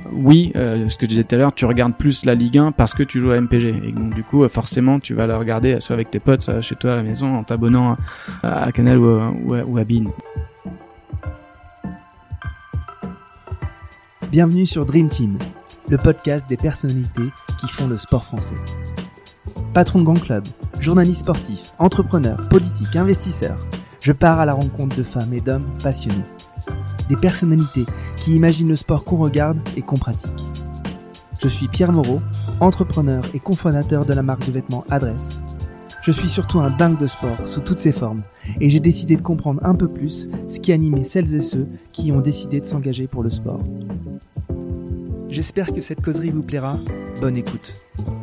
oui, ce que je disais tout à l'heure, tu regardes plus la Ligue 1 parce que tu joues à MPG. Et donc du coup, forcément, tu vas la regarder soit avec tes potes, soit chez toi à la maison, en t'abonnant à Canal ou à beIN. Bienvenue sur Dream Team, le podcast des personnalités qui font le sport français. Patron de grand club, journaliste sportif, entrepreneur, politique, investisseur, je pars à la rencontre de femmes et d'hommes passionnés. Des personnalités qui imaginent le sport qu'on regarde et qu'on pratique. Je suis Pierre Moreau, entrepreneur et cofondateur de la marque de vêtements Adresse. Je suis surtout un dingue de sport sous toutes ses formes et j'ai décidé de comprendre un peu plus ce qui animait celles et ceux qui ont décidé de s'engager pour le sport. J'espère que cette causerie vous plaira. Bonne écoute.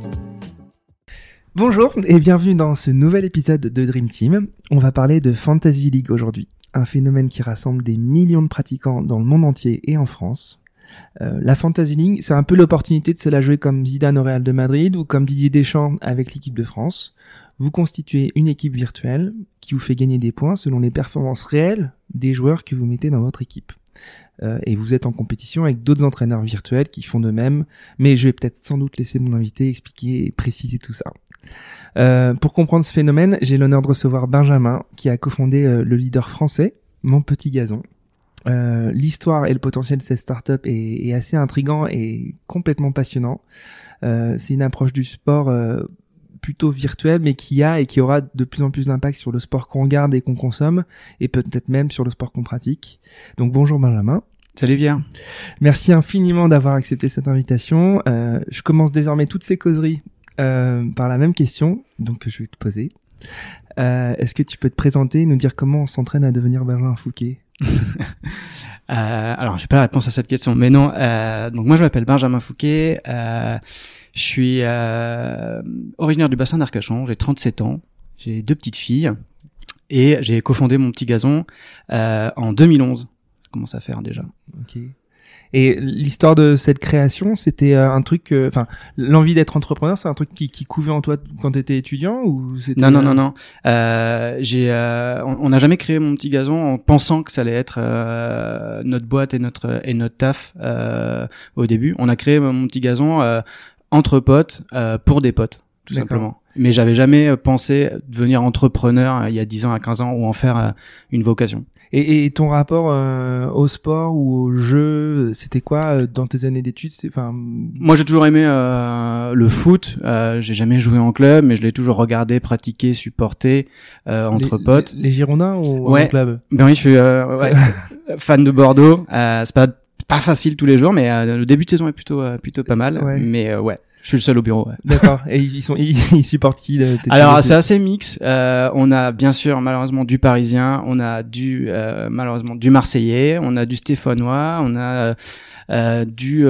Bonjour et bienvenue dans ce nouvel épisode de Dream Team. On va parler de Fantasy League aujourd'hui, un phénomène qui rassemble des millions de pratiquants dans le monde entier et en France. La Fantasy League, c'est un peu l'opportunité de se la jouer comme Zidane au Real de Madrid ou comme Didier Deschamps avec l'équipe de France. Vous constituez une équipe virtuelle qui vous fait gagner des points selon les performances réelles des joueurs que vous mettez dans votre équipe. Et vous êtes en compétition avec d'autres entraîneurs virtuels qui font de même, mais je vais peut-être sans doute laisser mon invité expliquer et préciser tout ça. Pour comprendre ce phénomène, j'ai l'honneur de recevoir Benjamin, qui a cofondé le leader français, Mon Petit Gazon. L'histoire et le potentiel de cette startup est assez intriguant et complètement passionnant. C'est une approche du sport plutôt virtuelle, mais qui a et qui aura de plus en plus d'impact sur le sport qu'on regarde et qu'on consomme, et peut-être même sur le sport qu'on pratique. Donc bonjour Benjamin. Salut Pierre. Merci infiniment d'avoir accepté cette invitation. Je commence désormais toutes ces causeries par la même question, donc que je vais te poser. Est-ce que tu peux te présenter et nous dire comment on s'entraîne à devenir Benjamin Fouquet? Alors, j'ai pas la réponse à cette question, mais non. Donc moi, je m'appelle Benjamin Fouquet. Je suis originaire du bassin d'Arcachon. J'ai 37 ans. J'ai 2 petites filles et j'ai cofondé Mon Petit Gazon en 2011. Ça commence à faire déjà. Ok. Et l'histoire de cette création, c'était un truc, l'envie d'être entrepreneur, c'est un truc qui couvait en toi quand t'étais étudiant ou c'était... Non. On n'a jamais créé Mon Petit Gazon en pensant que ça allait être notre boîte et notre taf au début. On a créé Mon Petit Gazon entre potes pour des potes, tout simplement. Mais j'avais jamais pensé devenir entrepreneur il y a 10 ans, à 15 ans ou en faire une vocation. Et ton rapport au sport ou au jeu, c'était quoi dans tes années d'études? Moi, j'ai toujours aimé le foot. J'ai jamais joué en club, mais je l'ai toujours regardé, pratiqué, supporté entre potes. Les Girondins ou en club? Ben oui, je suis fan de Bordeaux. C'est pas facile tous les jours, mais le début de saison est plutôt pas mal. Ouais. Mais ouais. Je suis le seul au bureau. Ouais. D'accord. Et ils supportent qui? Alors c'est assez mix. On a bien sûr malheureusement du Parisien, on a malheureusement du Marseillais, on a du Stéphanois, on a du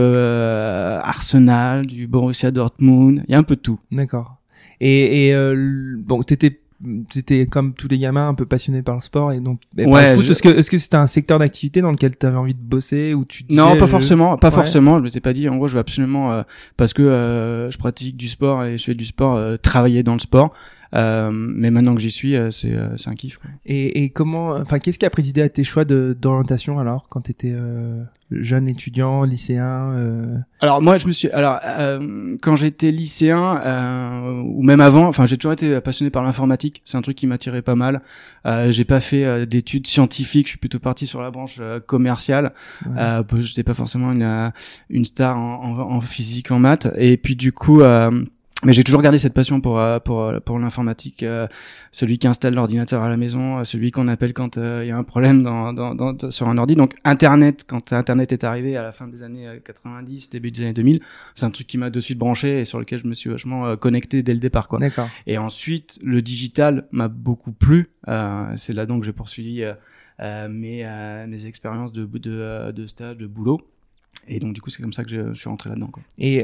Arsenal, du Borussia Dortmund. Il y a un peu de tout. D'accord. Et bon, t'étais comme tous les gamins un peu passionné par le sport et donc par le foot. Est-ce que c'était un secteur d'activité dans lequel t'avais envie de bosser ou tu disais, non, pas forcément. Je m'étais pas dit en gros je veux absolument parce que je pratique du sport et je fais du sport travailler dans le sport. Mais maintenant que j'y suis, c'est un kiff, quoi. Et comment, qu'est-ce qui a présidé à tes choix d'orientation alors quand t'étais jeune étudiant, lycéen? Alors moi quand j'étais lycéen ou même avant, j'ai toujours été passionné par l'informatique. C'est un truc qui m'attirait pas mal. J'ai pas fait d'études scientifiques. Je suis plutôt parti sur la branche commerciale. Ouais. J'étais pas forcément une star en physique, en maths. Et puis du coup. Mais j'ai toujours gardé cette passion pour l'informatique, celui qui installe l'ordinateur à la maison, celui qu'on appelle quand il y a un problème sur un ordi. Donc Internet, quand Internet est arrivé à la fin des années 90, début des années 2000, c'est un truc qui m'a de suite branché et sur lequel je me suis vachement connecté dès le départ, quoi. D'accord. Et ensuite, le digital m'a beaucoup plu. C'est là donc que j'ai poursuivi mes expériences de stage, de boulot. Et donc du coup c'est comme ça que je suis rentré là-dedans, quoi. Et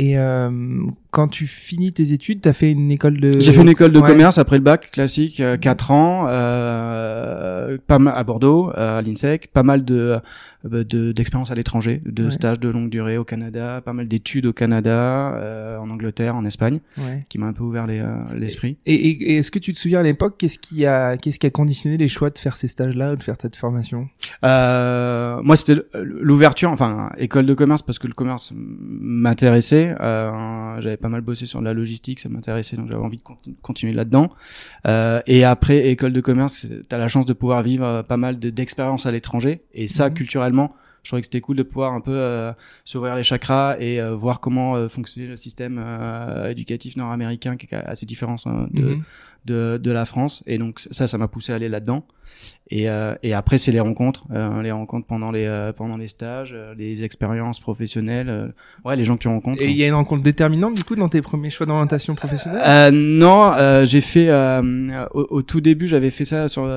quand tu finis tes études, t'as fait une école de... J'ai fait une école de commerce après le bac classique, 4 ans, pas mal à Bordeaux, à l'INSEC, pas mal de d'expériences à l'étranger, de stages de longue durée au Canada, pas mal d'études au Canada, en Angleterre, en Espagne, qui m'a un peu ouvert l'esprit. Et est-ce que tu te souviens à l'époque, qu'est-ce qui a conditionné les choix de faire ces stages-là ou de faire cette formation? Moi, c'était l'ouverture, enfin, école de commerce, parce que le commerce m'intéressait. J'avais pas mal bossé sur la logistique, ça m'intéressait, donc j'avais envie de continuer là-dedans. Et après, école de commerce, t'as la chance de pouvoir vivre pas mal d'expériences à l'étranger. Et ça, culturellement, je trouvais que c'était cool de pouvoir un peu s'ouvrir les chakras et voir comment fonctionnait le système éducatif nord-américain, qui est assez différent de la France. Et donc ça m'a poussé à aller là-dedans. Et après, c'est les rencontres pendant les stages, les expériences professionnelles, les gens que tu rencontres. Et il y a une rencontre déterminante du coup dans tes premiers choix d'orientation professionnelle? Non, j'ai fait au tout début, j'avais fait ça sur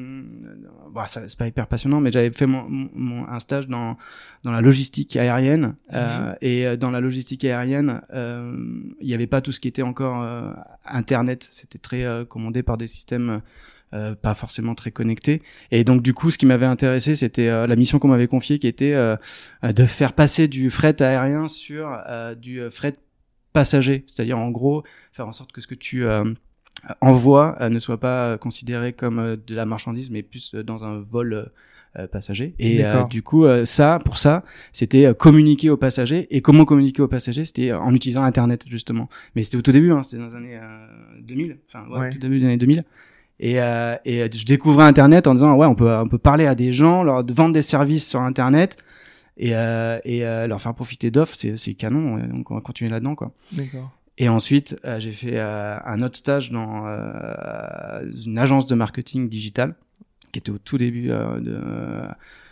c'est pas hyper passionnant, mais j'avais fait un stage dans la logistique aérienne. Et dans la logistique aérienne, il y avait pas tout ce qui était encore internet. C'était très commandé par des systèmes pas forcément très connectés. Et donc du coup, ce qui m'avait intéressé, c'était la mission qu'on m'avait confiée, qui était de faire passer du fret aérien sur du fret passager. C'est-à-dire en gros faire en sorte que ce que tu envoie ne soit pas considéré comme de la marchandise, mais plus dans un vol passager. Et du coup, pour ça, c'était communiquer aux passagers. Et comment communiquer aux passagers? C'était en utilisant Internet, justement. Mais c'était au tout début, c'était dans les années 2000, au tout début des années 2000. Et je découvrais Internet en disant on peut parler à des gens, leur vendre des services sur Internet et leur faire profiter d'offres. C'est canon. Donc on va continuer là-dedans, quoi. D'accord. Et ensuite, j'ai fait un autre stage dans une agence de marketing digital qui était au tout début de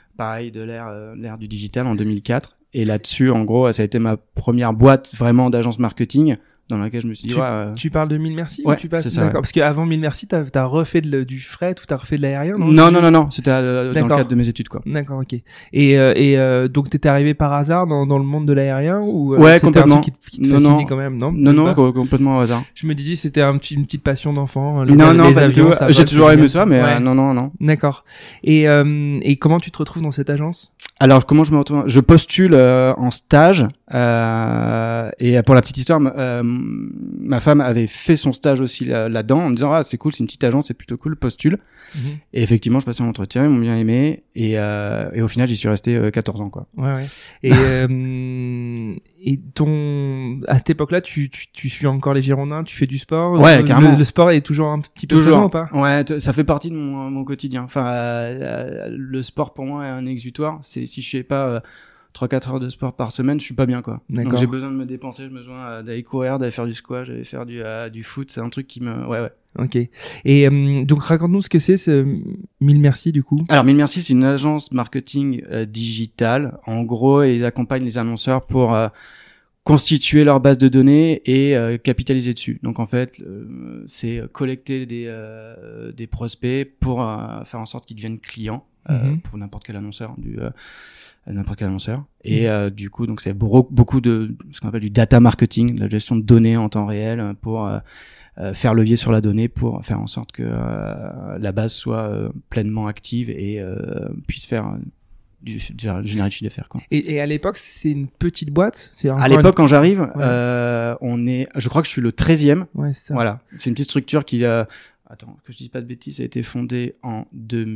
l'ère du digital en 2004. Et là-dessus, en gros, ça a été ma première boîte vraiment d'agence marketing dans laquelle je me suis dit tu parles de Mille Merci? Ouais, ou tu passes, c'est ça. D'accord. Parce qu'avant Mille Merci, t'as refait du fret ou t'as refait de l'aérien? Non. C'était dans le cadre de mes études, quoi. D'accord, ok. Et donc t'étais arrivé par hasard dans le monde de l'aérien ou ouais, c'était complètement. un truc qui te fascinait quand même, non? Non, complètement au hasard. Je me disais c'était une petite passion d'enfant. Non, pas du tout. J'ai toujours aimé ça, mais non. D'accord. Et comment tu te retrouves dans cette agence? Alors, comment je me retrouve? Je postule en stage et pour la petite histoire, ma femme avait fait son stage aussi là-dedans en me disant c'est cool, c'est une petite agence, c'est plutôt cool, postule. Et effectivement, je passais un entretien, ils m'ont bien aimé et au final, j'y suis resté 14 ans, quoi. Ouais. Et à cette époque-là, tu suis encore les Girondins, tu fais du sport? Ouais, carrément. Le sport est toujours un petit peu présent ou pas? Ouais, ça fait partie de mon quotidien. Enfin, le sport pour moi est un exutoire. Si je fais pas 3-4 heures de sport par semaine, je suis pas bien, quoi. D'accord. Donc j'ai besoin de me dépenser, j'ai besoin d'aller courir, d'aller faire du squash, d'aller faire du foot. C'est un truc qui me... Ouais. Ok. Et donc raconte-nous ce que c'est ce Mille Merci du coup. Alors Mille Merci, c'est une agence marketing digitale. En gros, ils accompagnent les annonceurs pour constituer leur base de données et capitaliser dessus. Donc en fait, c'est collecter des prospects pour faire en sorte qu'ils deviennent clients pour n'importe quel annonceur et du coup donc c'est beaucoup de ce qu'on appelle du data marketing, de la gestion de données en temps réel pour faire levier sur la donnée pour faire en sorte que la base soit pleinement active et puisse faire générer du chiffre d'affaires, quoi. Et à l'époque, c'est une petite boîte? À l'époque, quand j'arrive, je crois que je suis le 13e. Ouais, c'est ça. Voilà. C'est une petite structure qui attends, que je dise pas de bêtises, ça a été fondée en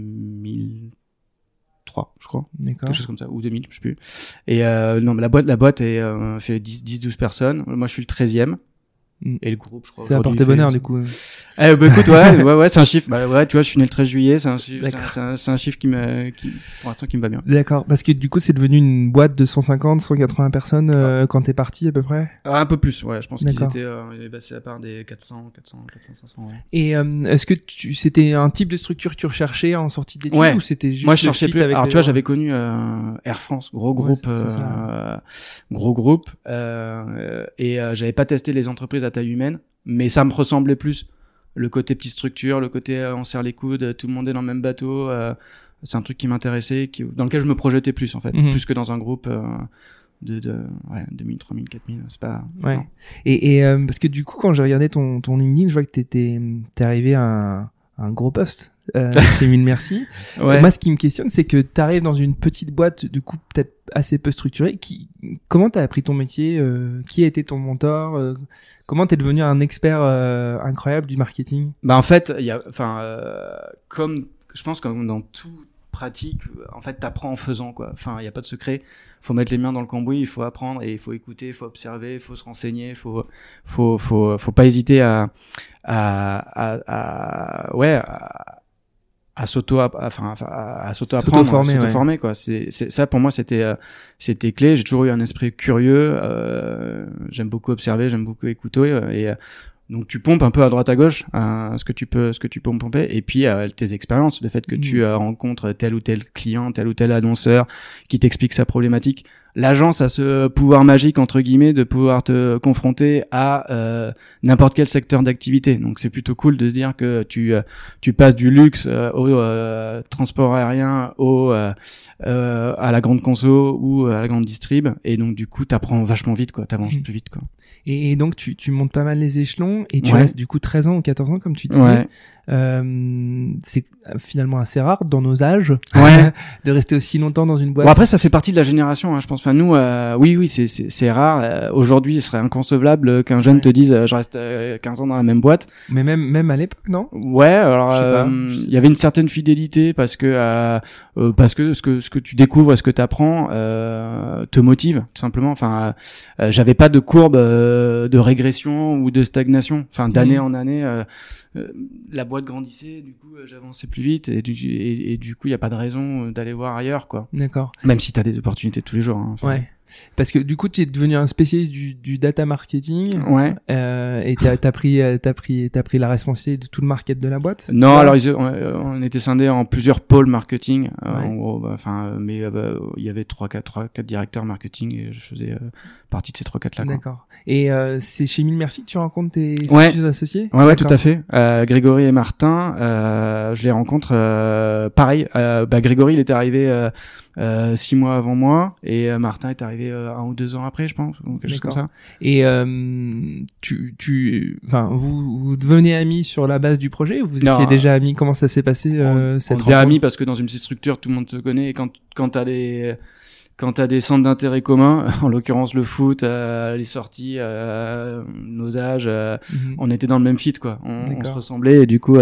2003, je crois. D'accord. Quelque chose comme ça, ou 2000, je sais plus. Et non, mais la boîte fait 10-12 personnes. Moi, je suis le 13e. Et le groupe, je crois. Ça a porté bonheur, du coup. Écoute, ouais, c'est un chiffre. Tu vois, je suis né le 13 juillet, c'est un chiffre qui pour l'instant, qui me va bien. D'accord. Parce que du coup, c'est devenu une boîte de 150-180 personnes, quand t'es parti, à peu près? Un peu plus, ouais. Je pense qu'ils étaient, passés à part des 400, 500, ouais. Et, est-ce que c'était un type de structure que tu recherchais en sortie d'études? Ouais. Ou c'était juste moi, je cherchais plus. Alors, tu vois, gens? j'avais connu, Air France, gros groupe, et j'avais pas testé les entreprises à taille humaine, mais ça me ressemblait plus. Le côté petite structure, le côté on serre les coudes, tout le monde est dans le même bateau, c'est un truc qui m'intéressait, dans lequel je me projetais plus, en fait, plus que dans un groupe de 2000, 3000, 4000, c'est pas... Ouais. Non. Et parce que du coup, quand j'ai regardé ton LinkedIn, je vois que t'es arrivé à un gros poste. chez Mille Merci. Ouais. Moi, ce qui me questionne, c'est que tu arrives dans une petite boîte, du coup, peut-être assez peu structurée. Comment t'as appris ton métier? Qui a été ton mentor? Comment t'es devenu un expert incroyable du marketing? Bah en fait, comme je pense comme dans tout pratique, en fait, t'apprends en faisant quoi. Enfin, il y a pas de secret. Faut mettre les mains dans le cambouis, il faut apprendre et il faut écouter, il faut observer, il faut se renseigner, faut pas hésiter à s'auto-former quoi. C'est ça pour moi c'était clé. J'ai toujours eu un esprit curieux, j'aime beaucoup observer, j'aime beaucoup écouter donc tu pompes un peu à droite à gauche ce que tu peux pomper et puis tes expériences, le fait que tu rencontres tel ou tel client, tel ou tel annonceur qui t'explique sa problématique. L'agence a ce pouvoir magique entre guillemets de pouvoir te confronter à n'importe quel secteur d'activité. Donc c'est plutôt cool de se dire que tu passes du luxe au transport aérien à la grande conso ou à la grande distrib et donc du coup t'apprends vachement vite quoi, t'avances plus vite quoi. Et donc tu montes pas mal les échelons et tu Ouais. restes du coup 13 ans ou 14 ans comme tu disais. Ouais. C'est finalement assez rare dans nos âges Ouais. de rester aussi longtemps dans une boîte. Bon après ça fait partie de la génération hein, je pense. Enfin nous oui c'est rare. Aujourd'hui il serait inconcevable qu'un jeune te dise je reste 15 ans dans la même boîte. Mais même à l'époque non? Ouais alors Je sais pas. il y avait une certaine fidélité parce que ce que tu découvres et ce que tu apprends te motive tout simplement. Enfin j'avais pas de courbe de régression ou de stagnation. Enfin d'année en année la boîte grandissait, du coup j'avançais plus vite et du coup il y a pas de raison d'aller voir ailleurs quoi. D'accord. Même si t'as des opportunités tous les jours. Hein, enfin. Ouais. Parce que du coup tu es devenu un spécialiste du data marketing. Ouais. Et t'as pris la responsabilité de tout le market de la boîte. Non, alors on était scindés en plusieurs pôles marketing. Ouais. En gros, mais il y avait 3-4 directeurs marketing et je faisais partie de ces 3-4 là. Quoi. D'accord. Et c'est chez Mille Merci que tu rencontres tes Ouais. futurs associés? Ouais, tout à fait. Grégory et Martin, je les rencontre pareil. Grégory, il était arrivé 6 mois avant moi et Martin est arrivé 1 ou 2 ans après, je pense, ou quelque chose comme ça. Et vous devenez amis sur la base du projet ou vous étiez déjà amis? Comment ça s'est passé cette rencontre? Amis parce que dans une petite structure, tout le monde se connaît et quand t'as des centres d'intérêt communs, en l'occurrence le foot, les sorties, nos âges, on était dans le même fit quoi. On se ressemblait et du coup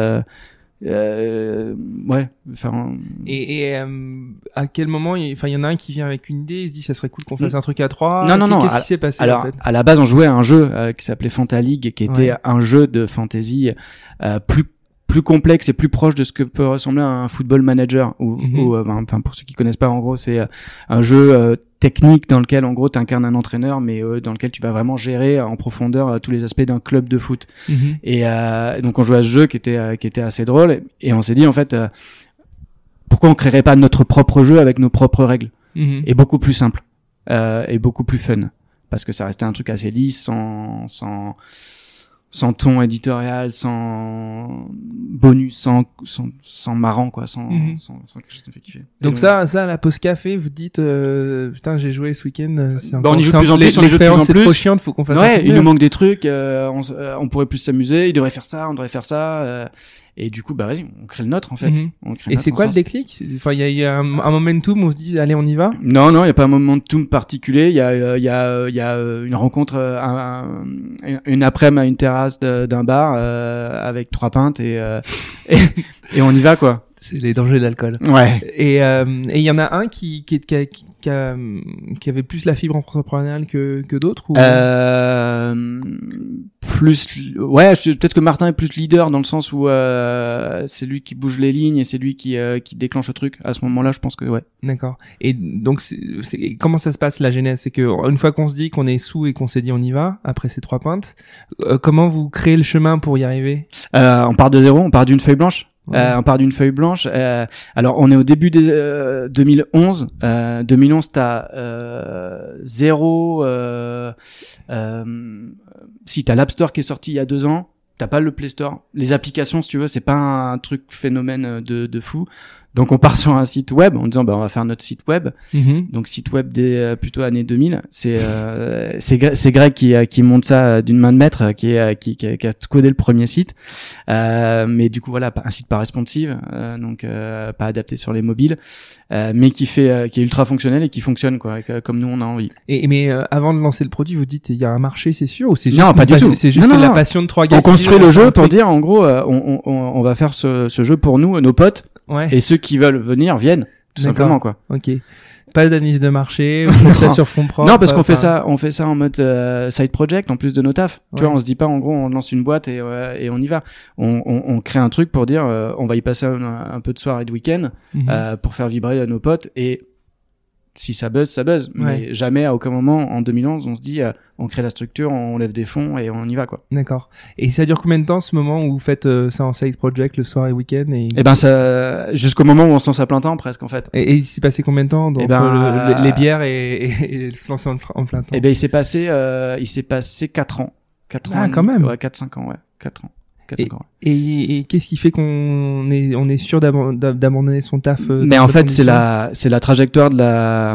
ouais, enfin. Et à quel moment, il y en a un qui vient avec une idée, il se dit ça serait cool qu'on fasse un truc à 3. Non. Qu'est-ce qui s'est passé alors, en fait? à la base, on jouait à un jeu qui s'appelait Fantalig, qui était un jeu de fantasy plus complexe et plus proche de ce que peut ressembler à un football manager. Enfin, pour ceux qui connaissent pas, en gros, c'est un jeu technique dans lequel en gros t'incarnes un entraîneur mais dans lequel tu vas vraiment gérer en profondeur tous les aspects d'un club de foot. Et donc on jouait à ce jeu qui était assez drôle et on s'est dit en fait pourquoi on créerait pas notre propre jeu avec nos propres règles et beaucoup plus simple et beaucoup plus fun parce que ça restait un truc assez lisse sans ton éditorial, sans bonus, sans marrant quoi, sans quelque chose qui me fait kiffer. Donc ça la pause café, vous dites putain, j'ai joué ce week-end, c'est on y joue de plus en plus, c'est trop chiant, faut qu'on fasse ça. Ouais, il nous manque des trucs, on pourrait plus s'amuser, il devrait faire ça, on devrait faire ça et du coup vas-y, on crée le nôtre en fait. Et c'est quoi le déclic? Enfin il y a un momentum où on se dit allez, on y va? Non, il y a pas un momentum particulier, il y a une rencontre une après-midi à une terrasse d'un bar avec 3 pintes et on y va quoi. C'est les dangers de l'alcool. Ouais. Et il y en a un qui avait plus la fibre entrepreneuriale que d'autres ou... peut-être que Martin est plus leader dans le sens où c'est lui qui bouge les lignes et c'est lui qui déclenche le truc. À ce moment-là, je pense que ouais. D'accord. Et donc comment ça se passe la genèse? C'est que une fois qu'on se dit qu'on est sous et qu'on s'est dit on y va après ces 3 pintes, comment vous créez le chemin pour y arriver? On part de zéro, on part d'une feuille blanche. On part d'une feuille blanche. Alors on est au début des 2011. 2011 t'as zéro. Si t'as l'App Store qui est sorti il y a 2 ans, t'as pas le Play Store. Les applications, si tu veux, c'est pas un truc phénomène de fou. Donc on part sur un site web en disant on va faire notre site web. Mhm. Donc site web des plutôt années 2000. C'est Greg qui monte ça d'une main de maître, qui a codé le premier site. Mais du coup voilà, un site pas responsive, donc pas adapté sur les mobiles, mais qui est ultra fonctionnel et qui fonctionne quoi, comme nous on a envie. Mais avant de lancer le produit, vous dites il y a un marché, c'est sûr, ou c'est juste Non, pas du tout. C'est juste Non, la non. passion de trois gars. On construit le jeu pour dire dire en gros on va faire ce jeu pour nous, nos potes, ouais. et ceux qui veulent venir viennent tout D'accord. simplement quoi. Ok. Pas d'analyse de marché, vous faites ça sur fond propre. Non, parce qu'on fait ça en mode side project en plus de nos tafs. Tu Ouais. vois, on se dit pas en gros on lance une boîte et on y va. On crée un truc pour dire on va y passer un peu de soirée de week-end pour faire vibrer nos potes, et si ça buzz, ça buzz. Ouais. Mais jamais à aucun moment en 2011 on se dit on crée la structure, on lève des fonds et on y va quoi. D'accord. Et ça dure combien de temps ce moment où vous faites ça en side project le soir et week-end Et ben ça jusqu'au moment où on se lance à plein temps presque en fait. Et il s'est passé combien de temps donc, Eh ben, les bières et se lancer en plein temps? Et ben il s'est passé 4 ans. 4 Ah, ans. quand même. Ouais, 4-5 ans, ouais. 4 ans. 4-5 ans. Ouais. Et qu'est-ce qui fait qu'on est sûr d'abandonner son taf Mais dans en de fait, conditions c'est la trajectoire de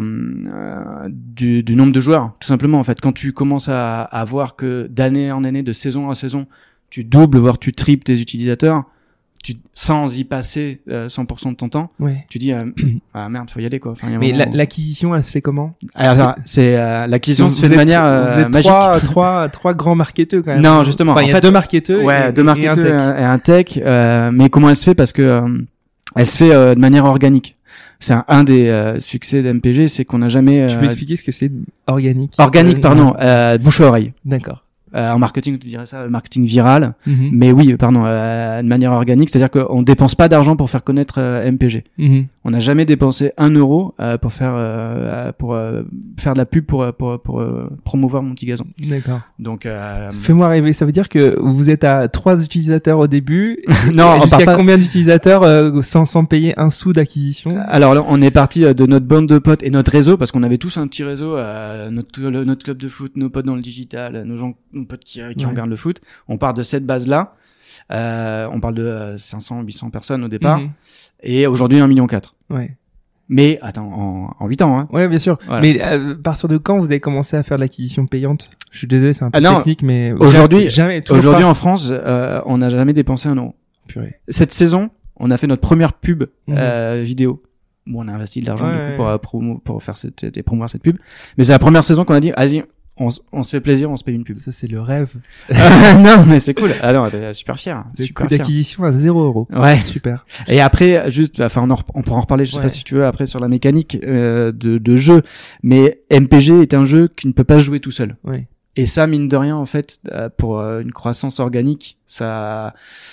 du nombre de joueurs, tout simplement. En fait, quand tu commences à voir que d'année en année, de saison à saison, tu doubles, voire tu triples tes utilisateurs, sans y passer 100% de ton temps, Ouais. tu dis ah merde, faut y aller quoi. Enfin, il y a un Mais moment- l'acquisition, elle se fait comment? Alors, c'est l'acquisition se fait de êtes- manière vous êtes magique. trois grands marketeurs quand même. Non, justement. Enfin, il y En a fait, deux marketeurs. Ouais, et, deux et un marketeurs tech. et un tech. Mais comment elle se fait? Parce que elle se fait de manière organique. C'est un des succès d'MPG, c'est qu'on n'a jamais Tu peux expliquer ce que c'est organique? organique, pardon, bouche à oreille. D'accord. En marketing, tu dirais ça, marketing viral. Mhm. Mais oui, pardon, de manière organique, c'est-à-dire qu'on dépense pas d'argent pour faire connaître MPG. Mhm. On n'a jamais dépensé 1 euro pour faire de la pub pour promouvoir mon petit gazon. D'accord. Donc Fais-moi rêver. Ça veut dire que vous êtes à 3 utilisateurs au début. non, on jusqu'à part pas. combien d'utilisateurs sans payer un sou d'acquisition? Alors là, on est parti de notre bande de potes et notre réseau, parce qu'on avait tous un petit réseau, notre club de foot, nos potes dans le digital, nos potes qui Ouais. regardent le foot. On part de cette base-là. On parle de 500, 800 personnes au départ. Mhm. Et aujourd'hui, 1,4 million. Ouais. Mais, attends, en 8 ans, hein. Ouais, bien sûr. Voilà. Mais à partir de quand vous avez commencé à faire de l'acquisition payante? Je suis désolé, c'est un peu Ah non, technique, mais aujourd'hui- jamais, toujours Aujourd'hui, pas. en France, on n'a jamais dépensé 1 euro. Purée. Cette saison, on a fait notre première pub Mhm. vidéo. Bon, on a investi de l'argent Ouais, du coup pour faire promouvoir cette pub. Mais c'est la première saison qu'on a dit, vas-y, on se fait plaisir, on se paye une pub. Ça, c'est le rêve. Non, mais c'est cool. Ah non, t'es super fier. Le Super coût fier. d'acquisition à 0 €. Ouais. Super. Et après, juste, enfin, on pourra en reparler, je sais Ouais. pas si tu veux, après sur la mécanique de jeu. Mais MPG est un jeu qui ne peut pas se jouer tout seul. Ouais. Et ça, mine de rien, en fait, pour une croissance organique, ça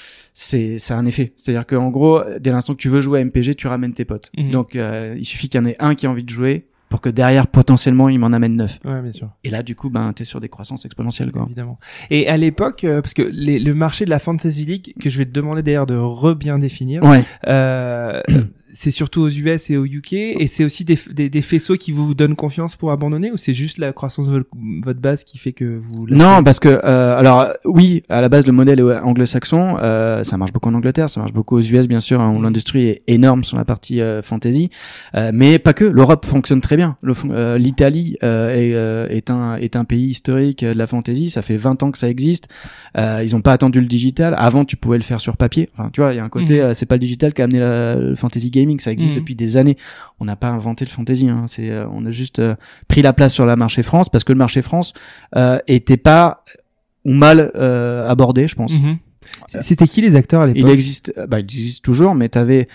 a un effet. C'est-à-dire qu'en gros, dès l'instant que tu veux jouer à MPG, tu ramènes tes potes. Mhm. Donc, il suffit qu'il y en ait un qui a envie de jouer pour que derrière, potentiellement, il m'en amène 9. Ouais, bien sûr. Et là, du coup, t'es sur des croissances exponentielles, quoi. Évidemment. Et à l'époque, parce que le marché de la Fantasy League, que je vais te demander d'ailleurs de bien définir, Ouais. c'est surtout aux US et au UK, et c'est aussi des faisceaux qui vous donnent confiance pour abandonner, ou c'est juste la croissance de votre base qui fait que vous... Non, parce que alors oui, à la base le modèle est anglo-saxon, ça marche beaucoup en Angleterre, ça marche beaucoup aux US bien sûr, hein, où l'industrie est énorme sur la partie fantasy, mais pas que. L'Europe fonctionne très bien. L'Italie est un pays historique de la fantasy. Ça fait 20 ans que ça existe. Ils ont pas attendu le digital. Avant, tu pouvais le faire sur papier. Enfin, tu vois, il y a un côté, c'est pas le digital qui a amené le fantasy gaming. Ça existe depuis des années. On n'a pas inventé le fantasy. Hein. On a juste pris la place sur le marché France parce que le marché France était pas ou mal abordé, je pense. Mhm. C'était qui les acteurs à l'époque? Il existe toujours, mais t'avais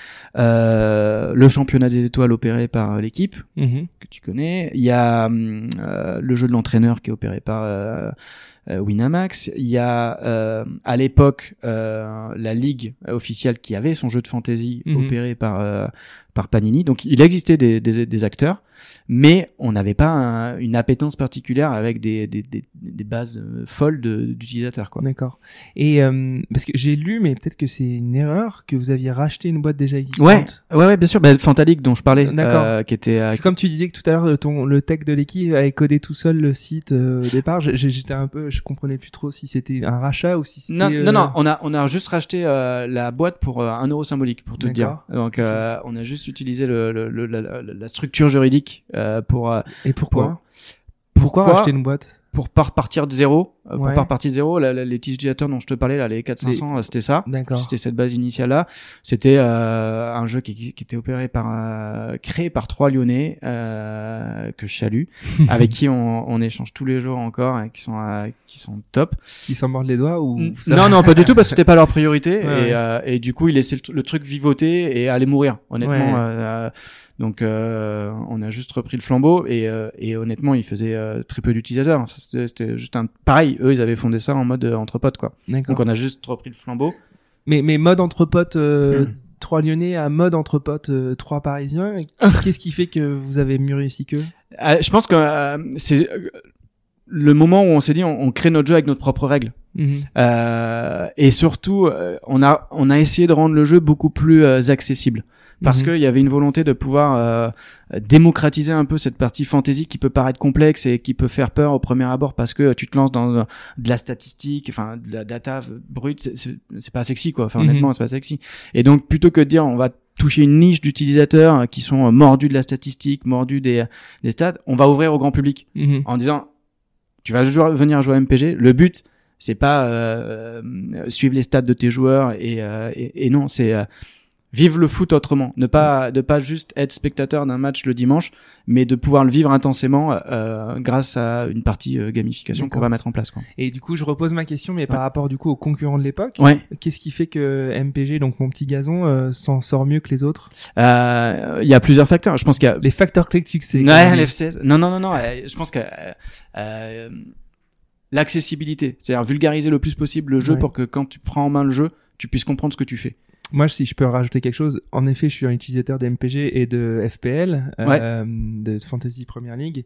le championnat des étoiles opéré par l'équipe que tu connais. Il y a le jeu de l'entraîneur qui est opéré par Winamax. Il y a à l'époque la ligue officielle qui avait son jeu de fantasy opéré par Panini. Donc il existait des acteurs. mais on n'avait pas une appétence particulière avec des bases folles d'utilisateurs, quoi. D'accord. Et parce que j'ai lu, mais peut-être que c'est une erreur, que vous aviez racheté une boîte déjà existante. Ouais, bien sûr. Fantalic dont je parlais, qui était. Parce que comme tu disais que tout à l'heure, le tech de l'équipe avait codé tout seul le site au départ. J'étais un peu, je comprenais plus trop si c'était un rachat ou si c'était. Non. On a juste racheté la boîte pour 1 euro symbolique, pour te dire. Donc on a juste utilisé la structure juridique pour. Et pourquoi racheter une boîte? Pour pas repartir de zéro. Pour Ouais. pas repartir de zéro, les petits utilisateurs dont je te parlais là, les 400-500, c'était ça. D'accord. C'était cette base initiale là. C'était un jeu qui était créé par 3 Lyonnais que je salue, avec qui on échange tous les jours encore et qui sont top. Ils s'en mordent les doigts ou ça... Non, pas du tout, parce que c'était pas leur priorité. Ouais. Et du coup, ils laissaient le truc vivoter et aller mourir. Honnêtement. Ouais. Donc on a juste repris le flambeau et honnêtement, ils faisaient très peu d'utilisateurs. C'était juste pareil, eux ils avaient fondé ça en mode entre potes, quoi. D'accord. Donc on a juste repris le flambeau. Mais mode entre potes 3 Lyonnais à mode entre potes 3 Parisiens, qu'est-ce qui fait que vous avez mieux réussi qu'eux? Je pense que c'est le moment où on s'est dit on crée notre jeu avec notre propre règles. Et surtout on a essayé de rendre le jeu beaucoup plus accessible. Parce qu'il y avait une volonté de pouvoir démocratiser un peu cette partie fantasy qui peut paraître complexe et qui peut faire peur au premier abord parce que tu te lances dans de la statistique, enfin de la data brute, c'est pas sexy, quoi. Enfin honnêtement, c'est pas sexy. Et donc plutôt que de dire on va toucher une niche d'utilisateurs qui sont mordus de la statistique, mordus des stats, on va ouvrir au grand public en disant tu vas venir jouer à MPG, le but c'est pas suivre les stats de tes joueurs et non, c'est vivre le foot autrement, ne pas juste être spectateur d'un match le dimanche, mais de pouvoir le vivre intensément grâce à une partie gamification qu'on va mettre en place, quoi. Et du coup, je repose ma question, mais par rapport du coup aux concurrents de l'époque, qu'est-ce qui fait que MPG, donc mon petit gazon, s'en sort mieux que les autres? Il y a plusieurs facteurs. Je pense qu'il y a les facteurs clés de succès. Ouais, l'F16. Non. Je pense que l'accessibilité, c'est-à-dire vulgariser le plus possible le jeu pour que quand tu prends en main le jeu, tu puisses comprendre ce que tu fais. Moi, si je peux rajouter quelque chose, en effet, je suis un utilisateur de MPG et de FPL, de Fantasy Premier League.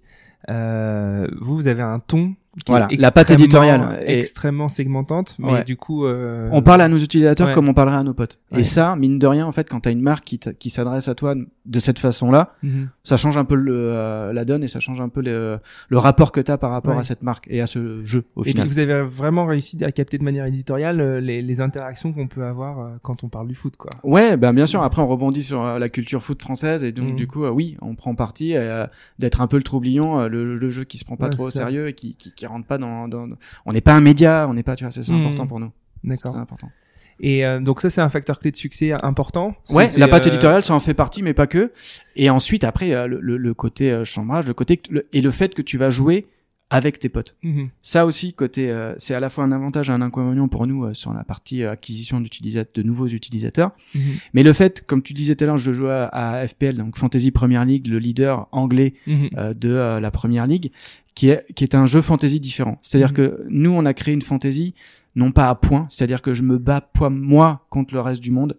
Vous avez un ton qui est la patte éditoriale extrêmement segmentante, mais du coup on parle à nos utilisateurs comme on parlerait à nos potes. Et ça, mine de rien, en fait, quand t'as une marque qui s'adresse à toi de cette façon-là, ça change un peu la donne et ça change un peu le rapport que t'as par rapport à cette marque et à ce jeu au final. Et vous avez vraiment réussi à capter de manière éditoriale les interactions qu'on peut avoir quand on parle du foot, quoi. Ouais, bien sûr. Après, on rebondit sur la culture foot française et donc du coup, oui, on prend parti d'être un peu le troublion, le jeu qui se prend pas trop au sérieux et qui rentre pas dans on n'est pas un média, on n'est pas, tu vois, c'est important pour nous. D'accord. C'est important. Et donc ça, c'est un facteur clé de succès important. La patte éditoriale, ça en fait partie, mais pas que. Et ensuite, après, le côté chambrage, le fait que tu vas jouer avec tes potes. Ça aussi, côté, c'est à la fois un avantage et un inconvénient pour nous sur la partie acquisition de nouveaux utilisateurs. Mais le fait, comme tu disais tout à l'heure, je jouais à FPL, donc Fantasy Premier League, le leader anglais de la Premier League, qui est un jeu fantasy différent. C'est-à-dire que nous, on a créé une fantasy non pas à points, c'est-à-dire que je me bats moi contre le reste du monde.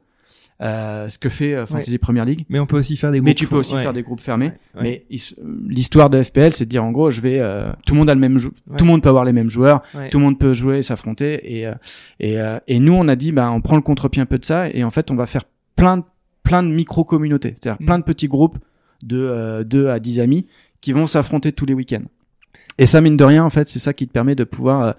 Ce que fait Fantasy Premier League. Mais on peut aussi faire des groupes. Mais tu peux aussi faire des groupes fermés. Mais l'histoire de FPL, c'est de dire en gros, tout le monde a le même jeu, tout le monde peut avoir les mêmes joueurs, tout le monde peut jouer, s'affronter. Et nous, on a dit, on prend le contre-pied un peu de ça, et en fait, on va faire plein de micro-communautés, c'est-à-dire plein de petits groupes de 2 à 10 amis qui vont s'affronter tous les week-ends. Et ça, mine de rien, en fait, c'est ça qui te permet de pouvoir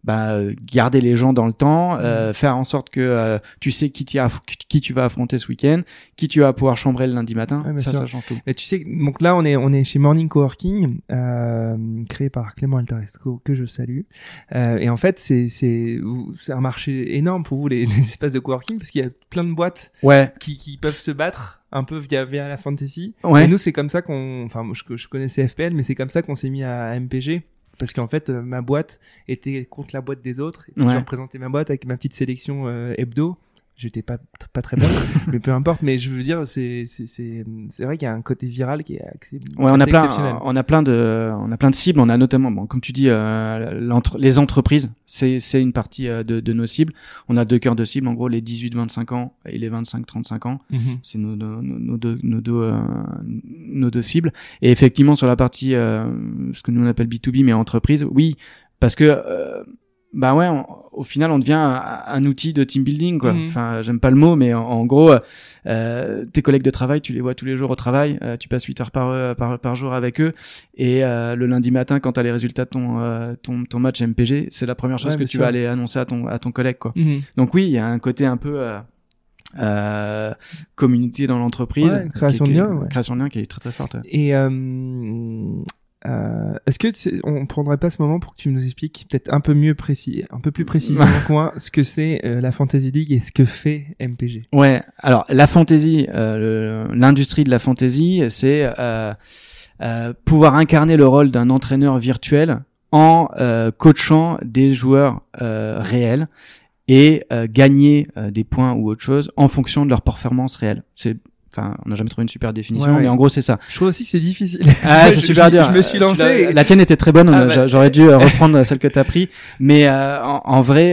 garder les gens dans le temps, faire en sorte que tu sais qui tu vas affronter ce week-end, qui tu vas pouvoir chambrer le lundi matin. Ça change tout. Et tu sais, donc là on est chez Morning Coworking, créé par Clément Altaresco, que je salue. Et en fait c'est un marché énorme pour vous les espaces de coworking, parce qu'il y a plein de boîtes qui peuvent se battre un peu via la fantasy. Et nous c'est comme ça je connaissais FPL, mais c'est comme ça qu'on s'est mis à MPG. Parce qu'en fait, ma boîte était contre la boîte des autres. Et puis je représentais ma boîte avec ma petite sélection hebdo. j'étais pas très bien, mais peu importe. Mais je veux dire, c'est vrai qu'il y a un côté viral qui est assez exceptionnel. On a plein de cibles. On a notamment, bon, comme tu dis, les entreprises. C'est une partie de nos cibles. On a 2 cœurs de cible, en gros, les 18-25 ans et les 25-35 ans. C'est nos deux cibles. Et effectivement, sur la partie, ce que nous on appelle B2B, mais entreprise, oui, parce que au final on devient un outil de team building, quoi. Enfin, j'aime pas le mot, mais en gros, tes collègues de travail, tu les vois tous les jours au travail, tu passes 8 heures par jour avec eux, et le lundi matin, quand t'as les résultats de ton match MPG, c'est la première chose que tu vas aller annoncer à ton collègue, quoi. Donc oui, il y a un côté un peu communauté dans l'entreprise, création de lien qui est très très forte. Et est-ce que on prendrait pas ce moment pour que tu nous expliques peut-être un peu plus précisément que moi ce que c'est la Fantasy League et ce que fait MPG? Ouais, alors la fantasy, l'industrie de la fantasy, c'est pouvoir incarner le rôle d'un entraîneur virtuel en coachant des joueurs réels et gagner des points ou autre chose en fonction de leur performance réelle. On n'a jamais trouvé une super définition, mais en gros c'est ça. Je troude aussi que c'est difficile. Ah, c'est super dur. Je me suis lancé. La tienne était très bonne. J'aurais dû reprendre celle que t'as pris, mais en vrai,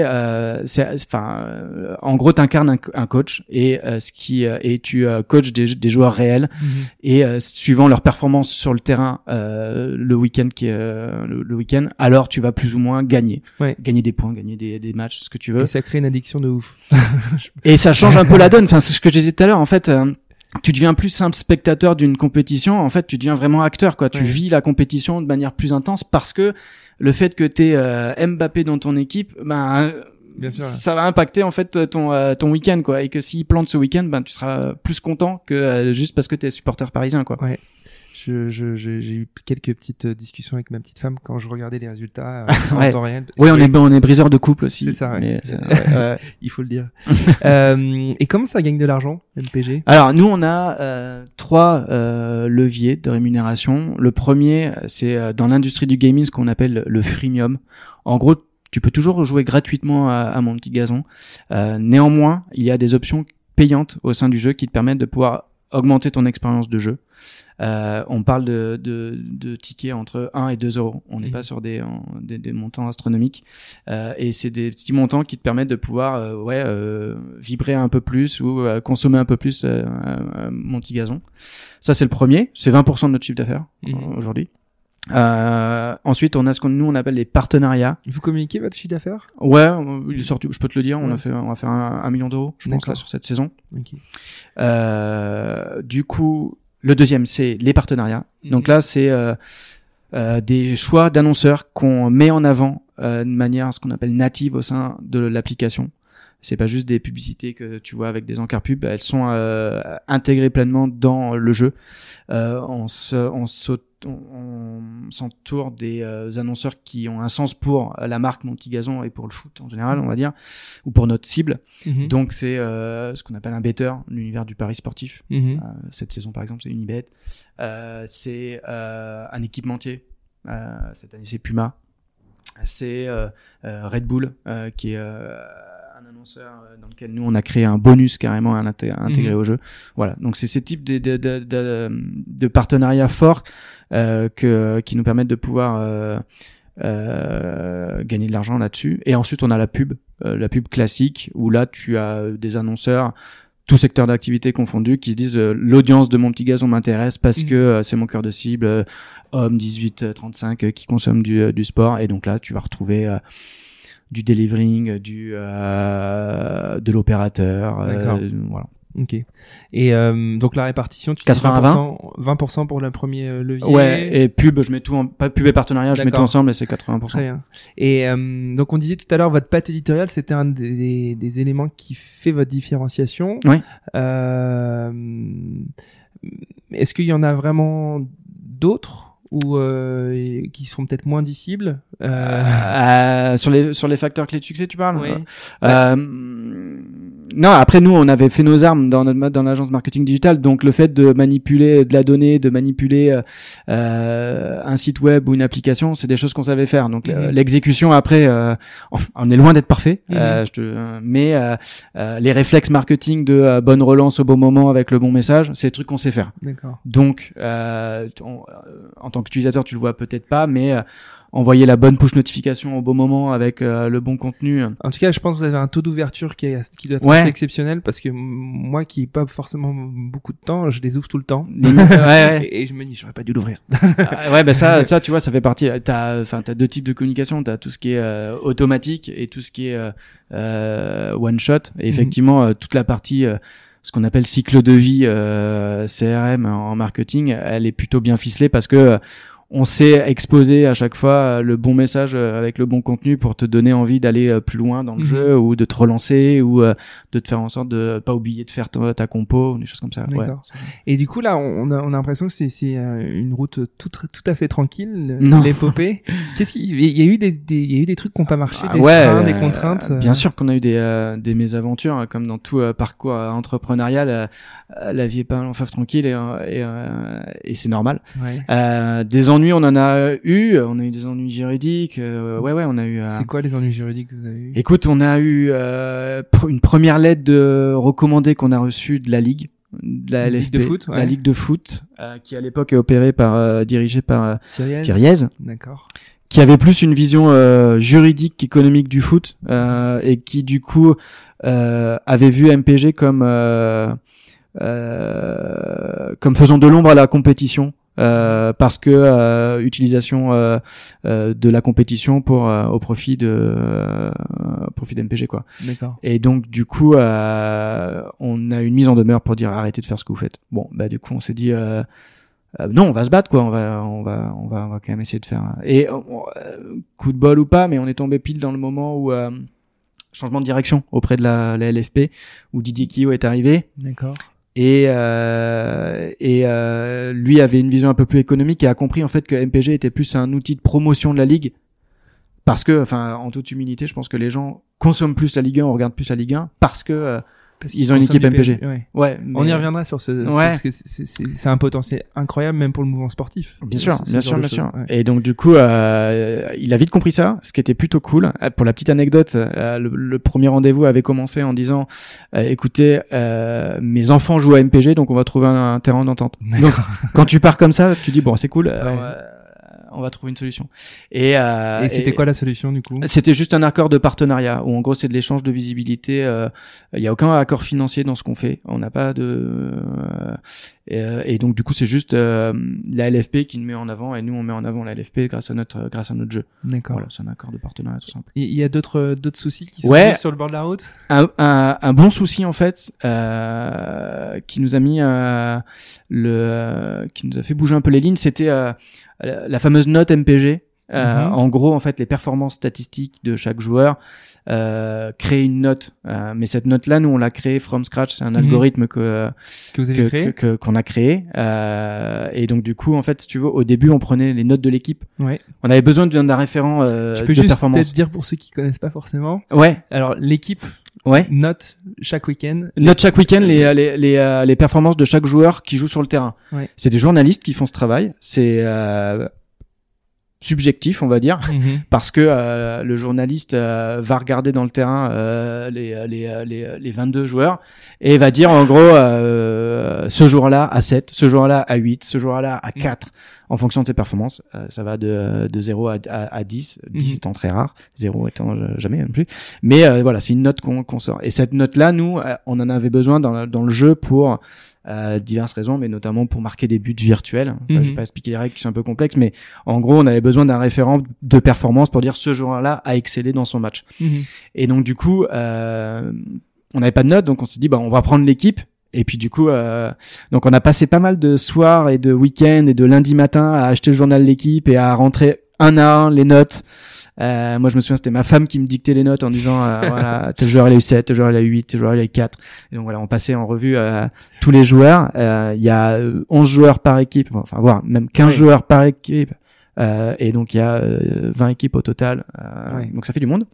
en gros, t'incarnes un coach et tu coaches des joueurs réels et suivant leur performance sur le terrain le week-end, alors tu vas plus ou moins gagner des points, gagner des matchs, ce que tu veux. Et ça crée une addiction de ouf. Et ça change un peu la donne. Enfin, c'est ce que je disais tout à l'heure. En fait, tu deviens plus simple spectateur d'une compétition. En fait, tu deviens vraiment acteur, quoi. Tu vis la compétition de manière plus intense parce que le fait que t'aies Mbappé dans ton équipe, bien sûr, ça va impacter en fait ton week-end, quoi. Et que s'il plante ce week-end, tu seras plus content que juste parce que t'es supporter parisien, quoi. Ouais. J'ai eu quelques petites discussions avec ma petite femme quand je regardais les résultats en temps réel. Oui, on est briseur de couple aussi. C'est ça, il faut le dire. Et comment ça gagne de l'argent, MPG? Alors, nous, on a 3 leviers de rémunération. Le premier, c'est dans l'industrie du gaming, ce qu'on appelle le freemium. En gros, tu peux toujours jouer gratuitement à mon petit gazon. Néanmoins, il y a des options payantes au sein du jeu qui te permettent de pouvoir augmenter ton expérience de jeu. On parle de tickets entre 1 et 2 euros. On n'est pas sur des montants astronomiques. Et c'est des petits montants qui te permettent de pouvoir vibrer un peu plus ou consommer un peu plus mon petit gazon. Ça, c'est le premier. C'est 20% de notre chiffre d'affaires aujourd'hui. Ensuite, on a ce qu'on nous on appelle les partenariats. Vous communiquez votre chiffre d'affaires? Ouais, il est sorti. Je peux te le dire. On va faire 1 million d'euros, je pense, là sur cette saison. Okay. Du coup, le deuxième, c'est les partenariats. Donc là, c'est des choix d'annonceurs qu'on met en avant de manière ce qu'on appelle native au sein de l'application. C'est pas juste des publicités que tu vois avec des encarts pubs, elles sont intégrées pleinement dans le jeu. On s'entoure des annonceurs qui ont un sens pour la marque Mon Petit Gazon et pour le foot en général, on va dire, ou pour notre cible. Donc c'est ce qu'on appelle un betteur, l'univers du pari sportif. Cette saison par exemple, c'est Unibet. C'est un équipementier. Cette année c'est Puma. C'est Red Bull qui est un annonceur dans lequel nous on a créé un bonus carrément intégré au jeu. Voilà, donc c'est ces types de partenariats forts qui nous permettent de pouvoir gagner de l'argent là-dessus. Et ensuite on a la pub classique où là tu as des annonceurs tout secteur d'activité confondu qui se disent l'audience de Mon Petit Gazon m'intéresse parce que c'est mon cœur de cible, homme 18-35 qui consomme du sport. Et donc là tu vas retrouver du delivering, de l'opérateur, voilà. Ok. Et donc la répartition, tu dis 20% pour le premier levier. Ouais. Et pub, je mets tout pas pub et partenariat, je mets tout ensemble et c'est 80%. Très bien. Et donc on disait tout à l'heure, votre patte éditoriale, c'était un des éléments qui fait votre différenciation. Oui. Est-ce qu'il y en a vraiment d'autres? Ou qui sont peut-être moins dissibles sur les facteurs clés de succès tu parles? Oui. Non, après nous, on avait fait nos armes dans l'agence marketing digital, donc le fait de manipuler de la donnée, de manipuler un site web ou une application, c'est des choses qu'on savait faire. Donc l'exécution après, on est loin d'être parfait, mais les réflexes marketing de bonne relance au bon moment avec le bon message, c'est des trucs qu'on sait faire. D'accord. Donc en tant qu'utilisateur, tu le vois peut-être pas, mais envoyer la bonne push notification au bon moment avec le bon contenu. En tout cas, je pense que vous avez un taux d'ouverture qui doit être assez exceptionnel, parce que moi qui n'ai pas forcément beaucoup de temps, je les ouvre tout le temps. Et je me dis, j'aurais pas dû l'ouvrir. Ça, tu vois, ça fait partie. T'as deux types de communication. T'as tout ce qui est automatique et tout ce qui est one shot. Et effectivement, toute la partie ce qu'on appelle cycle de vie CRM en marketing, elle est plutôt bien ficelée parce que on sait exposer à chaque fois le bon message avec le bon contenu pour te donner envie d'aller plus loin dans le jeu, ou de te relancer, ou de te faire en sorte de pas oublier de faire ta compo, ou des choses comme ça. D'accord. Ouais. Et du coup là, on a l'impression que c'est une route tout à fait tranquille, l'épopée. Il y a eu des trucs qui n'ont pas marché, des freins, des contraintes. Bien sûr qu'on a eu des mésaventures, comme dans tout parcours entrepreneurial. La vie est pas un long fleuve tranquille et c'est normal. Ouais. Des ennuis, on en a eu. On a eu des ennuis juridiques. On a eu. C'est quoi les ennuis juridiques que vous avez eu? Écoute, on a eu une première lettre de recommandée qu'on a reçue de la Ligue. De la LFP, Ligue de foot, la Ligue de foot, qui à l'époque est dirigée par Thiriez. D'accord. Qui avait plus une vision juridique qu'économique du foot, et qui du coup avait vu MPG comme faisant de l'ombre à la compétition, parce que utilisation de la compétition au profit d'MPG, quoi. D'accord. Et donc du coup on a une mise en demeure pour dire arrêtez de faire ce que vous faites. Bon, bah du coup on s'est dit non, on va se battre, quoi. On va quand même essayer de faire. Et coup de bol ou pas, mais on est tombé pile dans le moment où changement de direction auprès de la LFP, où Didier Quillot est arrivé. D'accord. Et lui avait une vision un peu plus économique et a compris en fait que MPG était plus un outil de promotion de la ligue, parce que, enfin, en toute humilité, je pense que les gens consomment plus la Ligue 1, on regarde plus la Ligue 1 parce qu'ils ont une équipe MPG. Ouais. Mais on y reviendra sur parce que c'est un potentiel incroyable même pour le mouvement sportif. Bien sûr. Ouais. Et donc du coup, il a vite compris ça, ce qui était plutôt cool. Pour la petite anecdote, le premier rendez-vous avait commencé en disant écoutez, mes enfants jouent à MPG, donc on va trouver un terrain d'entente. Donc quand tu pars comme ça, tu dis bon, c'est cool. On va trouver une solution. Et c'était quoi la solution du coup? C'était juste un accord de partenariat où en gros c'est de l'échange de visibilité. Il y a aucun accord financier dans ce qu'on fait. On n'a pas de et donc du coup c'est juste la LFP qui nous met en avant et nous on met en avant la LFP grâce à notre jeu. D'accord. Voilà, c'est un accord de partenariat tout simple. Il y a d'autres soucis qui sont sur le bord de la route? Un bon souci en fait qui nous a mis qui nous a fait bouger un peu les lignes, c'était la fameuse note MPG. En gros, en fait, les performances statistiques de chaque joueur créent une note. Mais cette note-là, nous, on l'a créée from scratch. C'est un algorithme que vous avez créé, qu'on a créé. Et donc, du coup, en fait, si tu veux, au début, on prenait les notes de l'équipe. Ouais. On avait besoin d'un référent tu peux de juste performance. peut-être dire pour ceux qui connaissent pas forcément. Ouais. Alors, l'équipe. Ouais. Note chaque week-end les performances de chaque joueur qui joue sur le terrain. Ouais. C'est des journalistes qui font ce travail. C'est subjectif, on va dire, parce que le journaliste va regarder dans le terrain les 22 joueurs et va dire en gros ce joueur-là à 7, ce joueur-là à 8, ce joueur-là à 4 en fonction de ses performances. Ça va de 0 à 10, 10 étant très rare, 0 étant jamais non plus. Mais voilà, c'est une note qu'on sort. Et cette note-là, nous, on en avait besoin dans le jeu pour diverses raisons, mais notamment pour marquer des buts virtuels. Enfin, je vais pas expliquer les règles qui sont un peu complexes, mais en gros, on avait besoin d'un référent de performance pour dire ce joueur-là a excellé dans son match. Et donc, du coup, on n'avait pas de notes, donc on s'est dit, on va prendre l'équipe. Et puis du coup, donc on a passé pas mal de soirs et de week-ends et de lundi matin à acheter le journal de l'équipe et à rentrer un à un les notes. Moi je me souviens, c'était ma femme qui me dictait les notes en disant voilà, tel joueur il a eu 7, tel joueur il a eu 8, tel joueur il a eu 4. Et donc voilà, on passait en revue tous les joueurs. Il y a 11 joueurs par équipe, enfin voire même 15 joueurs par équipe. Et donc il y a 20 équipes au total. Donc ça fait du monde.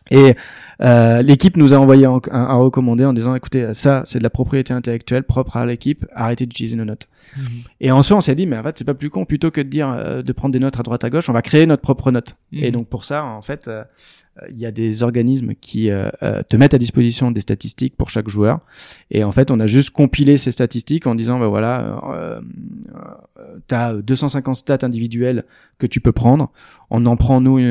Et l'équipe nous a envoyé un recommandé en disant écoutez, ça c'est de la propriété intellectuelle propre à l'équipe, arrêtez d'utiliser nos notes. Et en soi on s'est dit mais en fait c'est pas plus con, plutôt que de dire de prendre des notes à droite à gauche, on va créer notre propre note. Et donc pour ça en fait il y a des organismes qui te mettent à disposition des statistiques pour chaque joueur, et en fait on a juste compilé ces statistiques en disant voilà t'as 250 stats individuelles que tu peux prendre, on en prend nous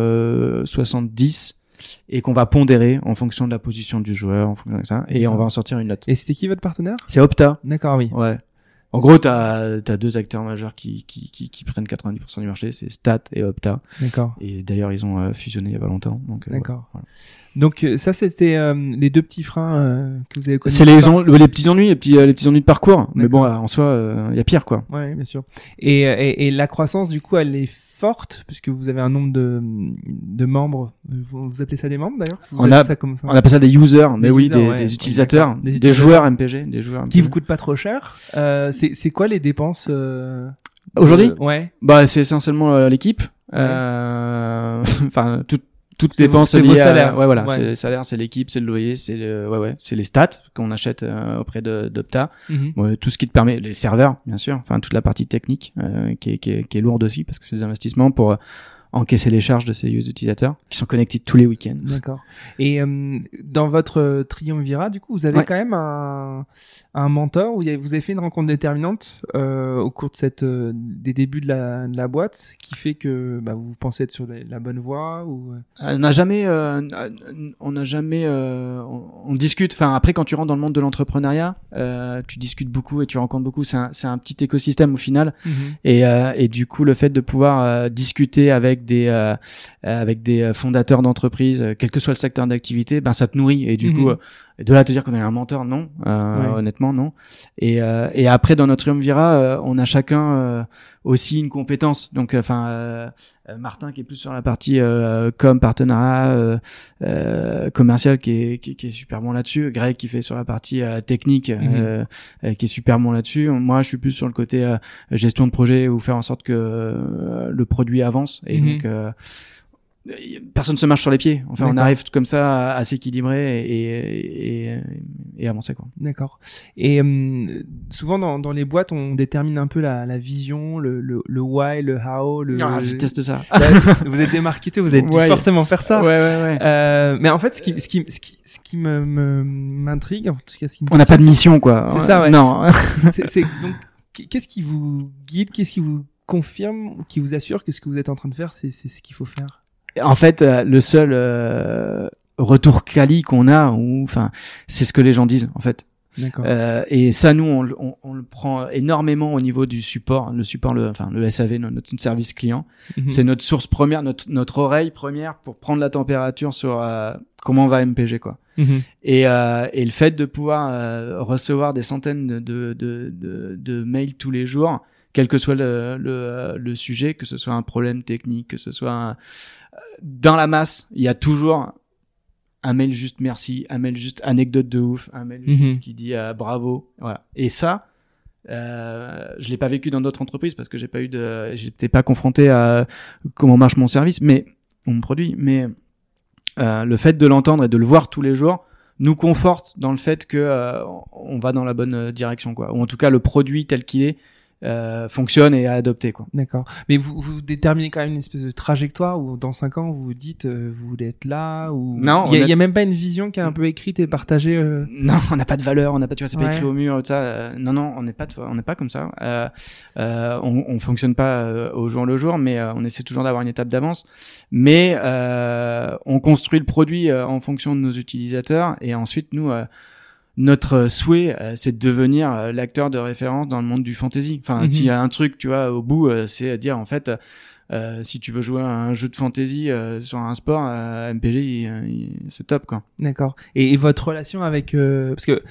70 et qu'on va pondérer en fonction de la position du joueur, en fonction de ça, et on va en sortir une note. Et c'était qui votre partenaire? C'est Opta. D'accord, oui. Ouais. En gros, t'as deux acteurs majeurs qui prennent 90% du marché, c'est Stat et Opta. D'accord. Et d'ailleurs, ils ont fusionné il y a pas longtemps. Donc, d'accord. Voilà. Donc ça, c'était les deux petits freins que vous avez connus. C'est les petits ennuis, les petits ennuis de parcours. D'accord. Mais bon, en soi, il y a pire, quoi. Ouais, bien sûr. Et la croissance, du coup, elle est forte, puisque vous avez un nombre de membres. Vous appelez ça des membres, d'ailleurs? On appelle ça des users, mais oui, des utilisateurs, des joueurs MPG, qui vous coûtent pas trop cher. C'est quoi les dépenses aujourd'hui? Ouais. Bah, c'est essentiellement l'équipe. Enfin, toutes dépenses liées vos salaires. Ouais, voilà, c'est les salaires, c'est l'équipe, c'est le loyer, c'est les stats qu'on achète auprès d'Opta. Tout ce qui te permet, les serveurs, bien sûr, enfin toute la partie technique qui est lourde aussi, parce que c'est des investissements pour encaisser les charges de ces utilisateurs qui sont connectés tous les week-ends. D'accord. Et dans votre triumvirat, du coup, vous avez quand même un mentor, où vous avez fait une rencontre déterminante au cours de des débuts de la boîte, qui fait que vous pensez être sur la bonne voie, ou on discute. Enfin, après, quand tu rentres dans le monde de l'entrepreneuriat, tu discutes beaucoup et tu rencontres beaucoup. C'est un petit écosystème au final. Et du coup, le fait de pouvoir discuter avec des fondateurs d'entreprises, quel que soit le secteur d'activité, ça te nourrit. Et du coup, de là à te dire qu'on a un mentor, non, honnêtement, non. Et après, dans notre triumvirat, on a chacun aussi une compétence. Donc, Martin qui est plus sur la partie partenariat commercial, qui est super bon là-dessus. Greg qui fait sur la partie technique, qui est super bon là-dessus. Moi, je suis plus sur le côté gestion de projet, ou faire en sorte que le produit avance. Et donc personne se marche sur les pieds. Enfin, on arrive comme ça à s'équilibrer et avancer, quoi. D'accord. Et souvent dans les boîtes, on détermine un peu la vision, le why, le how, je déteste ça. Vous êtes des marketeurs, vous avez dû forcément faire ça. Ouais. Mais en fait, ce qui m'intrigue, en tout cas, on n'a pas de mission, quoi. C'est ça, ouais. Non. Donc, qu'est-ce qui vous guide, qu'est-ce qui vous confirme, qui vous assure que ce que vous êtes en train de faire, c'est ce qu'il faut faire? En fait, le seul retour quali qu'on a, c'est ce que les gens disent, en fait. D'accord. Et ça, nous, on le prend énormément au niveau du support. Le SAV, notre service client, c'est notre source première, notre oreille première pour prendre la température sur comment va MPG, quoi. Et le fait de pouvoir recevoir des centaines de mails tous les jours, quel que soit le sujet, que ce soit un problème technique, que ce soit dans la masse, il y a toujours un mail juste merci, un mail juste anecdote de ouf, un mail juste qui dit bravo, voilà. Et ça, je l'ai pas vécu dans d'autres entreprises parce que j'étais pas confronté à comment marche mon service, mon produit, mais le fait de l'entendre et de le voir tous les jours nous conforte dans le fait que on va dans la bonne direction, quoi. Ou en tout cas le produit tel qu'il est fonctionne et à adopter, quoi. D'accord. Mais vous déterminez quand même une espèce de trajectoire où dans 5 ans vous vous dites vous voulez être là, ou non, il y a même pas une vision qui est un peu écrite et partagée. Non, on n'a pas de valeur, on n'a pas, tu vois, c'est pas écrit au mur, tout ça. Non, on n'est pas comme ça. On fonctionne pas au jour le jour, mais on essaie toujours d'avoir une étape d'avance. Mais on construit le produit en fonction de nos utilisateurs, et ensuite nous notre souhait, c'est de devenir l'acteur de référence dans le monde du fantasy. Enfin, s'il y a un truc, tu vois, au bout, c'est dire, en fait, si tu veux jouer à un jeu de fantasy sur un sport, MPG, c'est top, quoi. D'accord. Et votre relation avec... parce que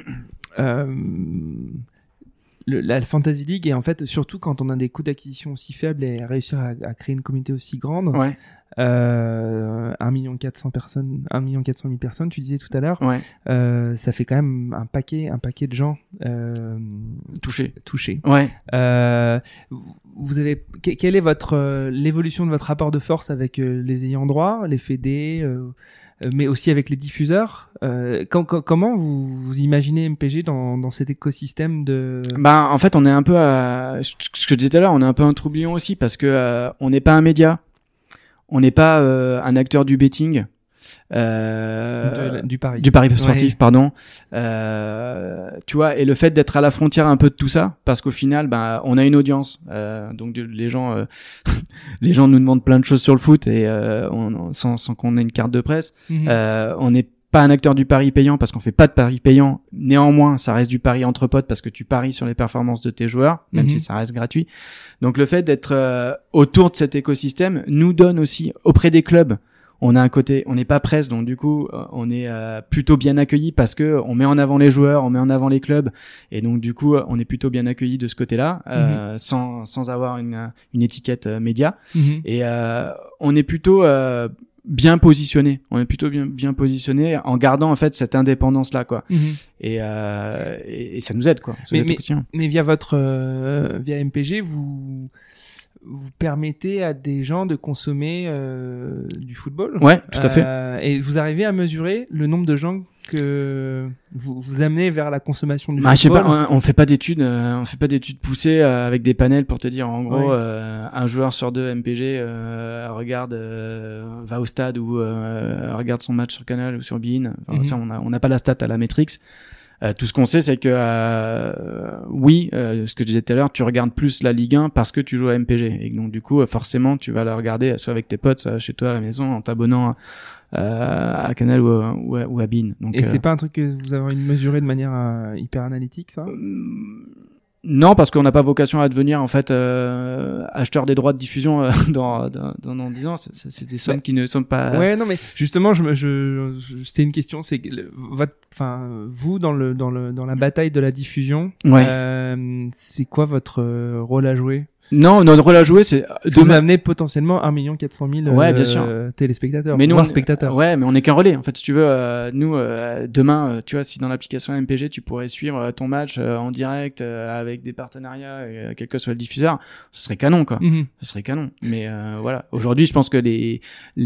la Fantasy League, et en fait, surtout quand on a des coûts d'acquisition aussi faibles et réussir à créer une communauté aussi grande... Ouais. 1 400 000 personnes, tu disais tout à l'heure. Ouais. Ça fait quand même un paquet de gens touchés. Ouais. Vous avez quelle est l'évolution de votre rapport de force avec les ayants droit, les fédés, mais aussi avec les diffuseurs. Comment vous imaginez MPG dans cet écosystème de... Bah, en fait, on est un peu ce que je disais tout à l'heure, on est un peu un troublion aussi parce que on n'est pas un média, on n'est pas un acteur du betting. Du pari sportif, ouais. pardon. Tu vois, et le fait d'être à la frontière un peu de tout ça, parce qu'au final, ben, on a une audience, donc les gens nous demandent plein de choses sur le foot et sans qu'on ait une carte de presse. On n'est pas un acteur du pari payant parce qu'on fait pas de pari payant. Néanmoins, ça reste du pari entre potes parce que tu paries sur les performances de tes joueurs, même si ça reste gratuit. Donc le fait d'être autour de cet écosystème nous donne aussi auprès des clubs. On a un côté, on n'est pas presse, donc du coup, on est plutôt bien accueilli parce que on met en avant les joueurs, on met en avant les clubs, et donc du coup, on est plutôt bien accueilli de ce côté-là, sans avoir une étiquette média. Et on est plutôt bien positionné. On est plutôt bien positionné en gardant en fait cette indépendance-là, quoi. Et ça nous aide, quoi. Mais via via MPG, vous permettez à des gens de consommer du football. Ouais, tout à fait. Et vous arrivez à mesurer le nombre de gens que vous amenez vers la consommation du football. Je sais pas, on fait pas d'études poussées avec des panels pour te dire en gros un joueur sur deux MPG va au stade ou regarde son match sur Canal ou sur beIN. Enfin, ça, on n'a pas la stat à la Matrix. Tout ce qu'on sait, c'est que ce que je disais tout à l'heure, tu regardes plus la Ligue 1 parce que tu joues à MPG, et donc du coup forcément tu vas la regarder soit avec tes potes, soit chez toi à la maison en t'abonnant à Canal ou à beIN. Donc, et c'est pas un truc que vous avez mesuré de manière hyper analytique, ça? Non, parce qu'on n'a pas vocation à devenir en fait acheteur des droits de diffusion dans 10 ans. C'est des sommes qui ne sont pas. Ouais, non, mais justement, c'était une question. C'est vous dans la bataille de la diffusion, c'est quoi votre rôle à jouer? Non, notre rôle à jouer, c'est de vous amener potentiellement 1 400 000 téléspectateurs, mais voire spectateurs. Ouais, mais on n'est qu'un relais. En fait, si tu veux, nous, demain, tu vois, si dans l'application MPG, tu pourrais suivre ton match en direct avec des partenariats, quel que soit le diffuseur, ce serait canon, quoi. Ce serait canon. Mais voilà, aujourd'hui, je pense que les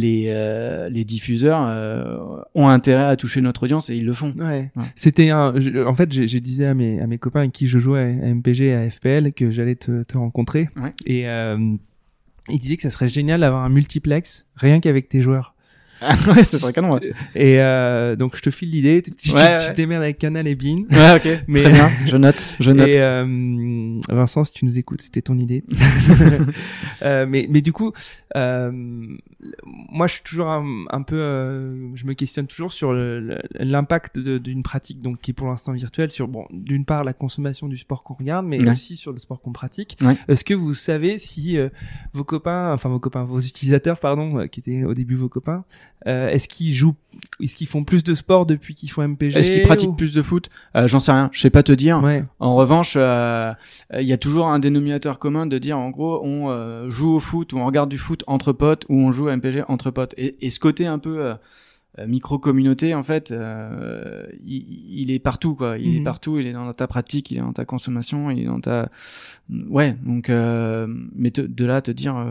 diffuseurs ont intérêt à toucher notre audience et ils le font. Ouais. C'était en fait, je disais à mes copains avec qui je jouais à MPG et à FPL que j'allais te rencontrer. Ouais. Et il disait que ça serait génial d'avoir un multiplex rien qu'avec tes joueurs. Ouais, ce serait canon. Ouais. Et donc je te file l'idée, tu t'émerdes avec Canal et beIN. Ouais, ok. Mais très bien, je note. Et Vincent, si tu nous écoutes, c'était ton idée. Mais du coup, moi je suis toujours un peu, je me questionne toujours sur l'impact d'une pratique donc qui est pour l'instant virtuelle sur d'une part la consommation du sport qu'on regarde, mais aussi sur le sport qu'on pratique. Est-ce que vous savez si vos utilisateurs qui étaient au début vos copains, est-ce qu'ils font plus de sport depuis qu'ils font MPG? Est-ce qu'ils pratiquent plus de foot? J'en sais rien, je sais pas te dire. En revanche, il y a toujours un dénominateur commun de dire en gros on joue au foot ou on regarde du foot entre potes ou on joue à MPG entre potes. Et ce côté un peu micro-communauté, en fait, il est partout, quoi. Il est partout, il est dans ta pratique, il est dans ta consommation, il est dans ta... Ouais, donc... mais de là, te dire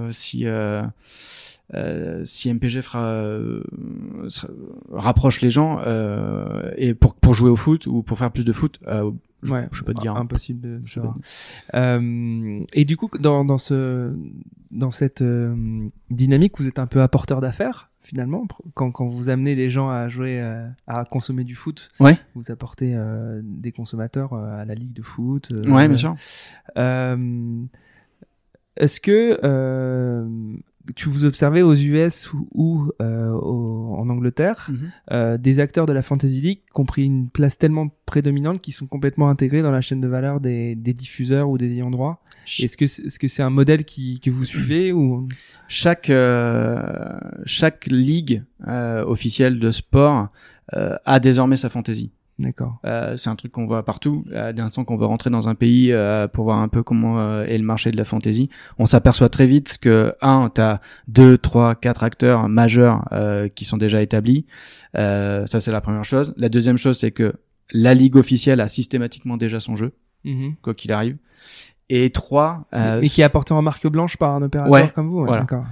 si MPG rapproche les gens et pour jouer au foot ou pour faire plus de foot, je peux te dire impossible de savoir. Et du coup dans cette dynamique, vous êtes un peu apporteur d'affaires finalement quand vous amenez des gens à jouer à consommer du foot. Vous apportez des consommateurs à la ligue de foot. Bien sûr. Est-ce que tu vous observez aux US ou en Angleterre des acteurs de la Fantasy League qui ont pris une place tellement prédominante qu'ils sont complètement intégrés dans la chaîne de valeur des diffuseurs ou des ayants droit? Est-ce que c'est un modèle que vous suivez ou chaque ligue officielle de sport a désormais sa Fantasy. D'accord. C'est un truc qu'on voit partout. D'instant qu'on veut rentrer dans un pays pour voir un peu comment est le marché de la fantasy, on s'aperçoit très vite que t'as 2, 3, 4 acteurs majeurs qui sont déjà établis. Ça c'est la première chose. La deuxième chose, c'est que la ligue officielle a systématiquement déjà son jeu, quoi qu'il arrive. Et 3 et qui est apporté en marque blanche par un opérateur comme vous. Voilà. D'accord.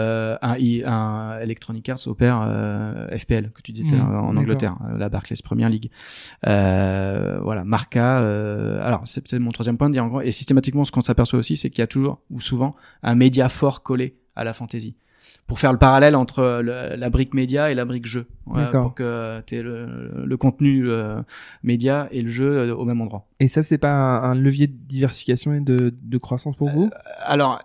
Un Electronic Arts opère FPL que tu disais en Angleterre, la Barclays Premier League. Voilà, Marca. Alors c'est mon troisième point de dire en gros. Et systématiquement, ce qu'on s'aperçoit aussi, c'est qu'il y a toujours ou souvent un média fort collé à la fantasy. Pour faire le parallèle entre la brique média et la brique jeu, pour que tu aies le contenu média et le jeu au même endroit. Et ça, c'est pas un levier de diversification et de croissance pour vous? Alors,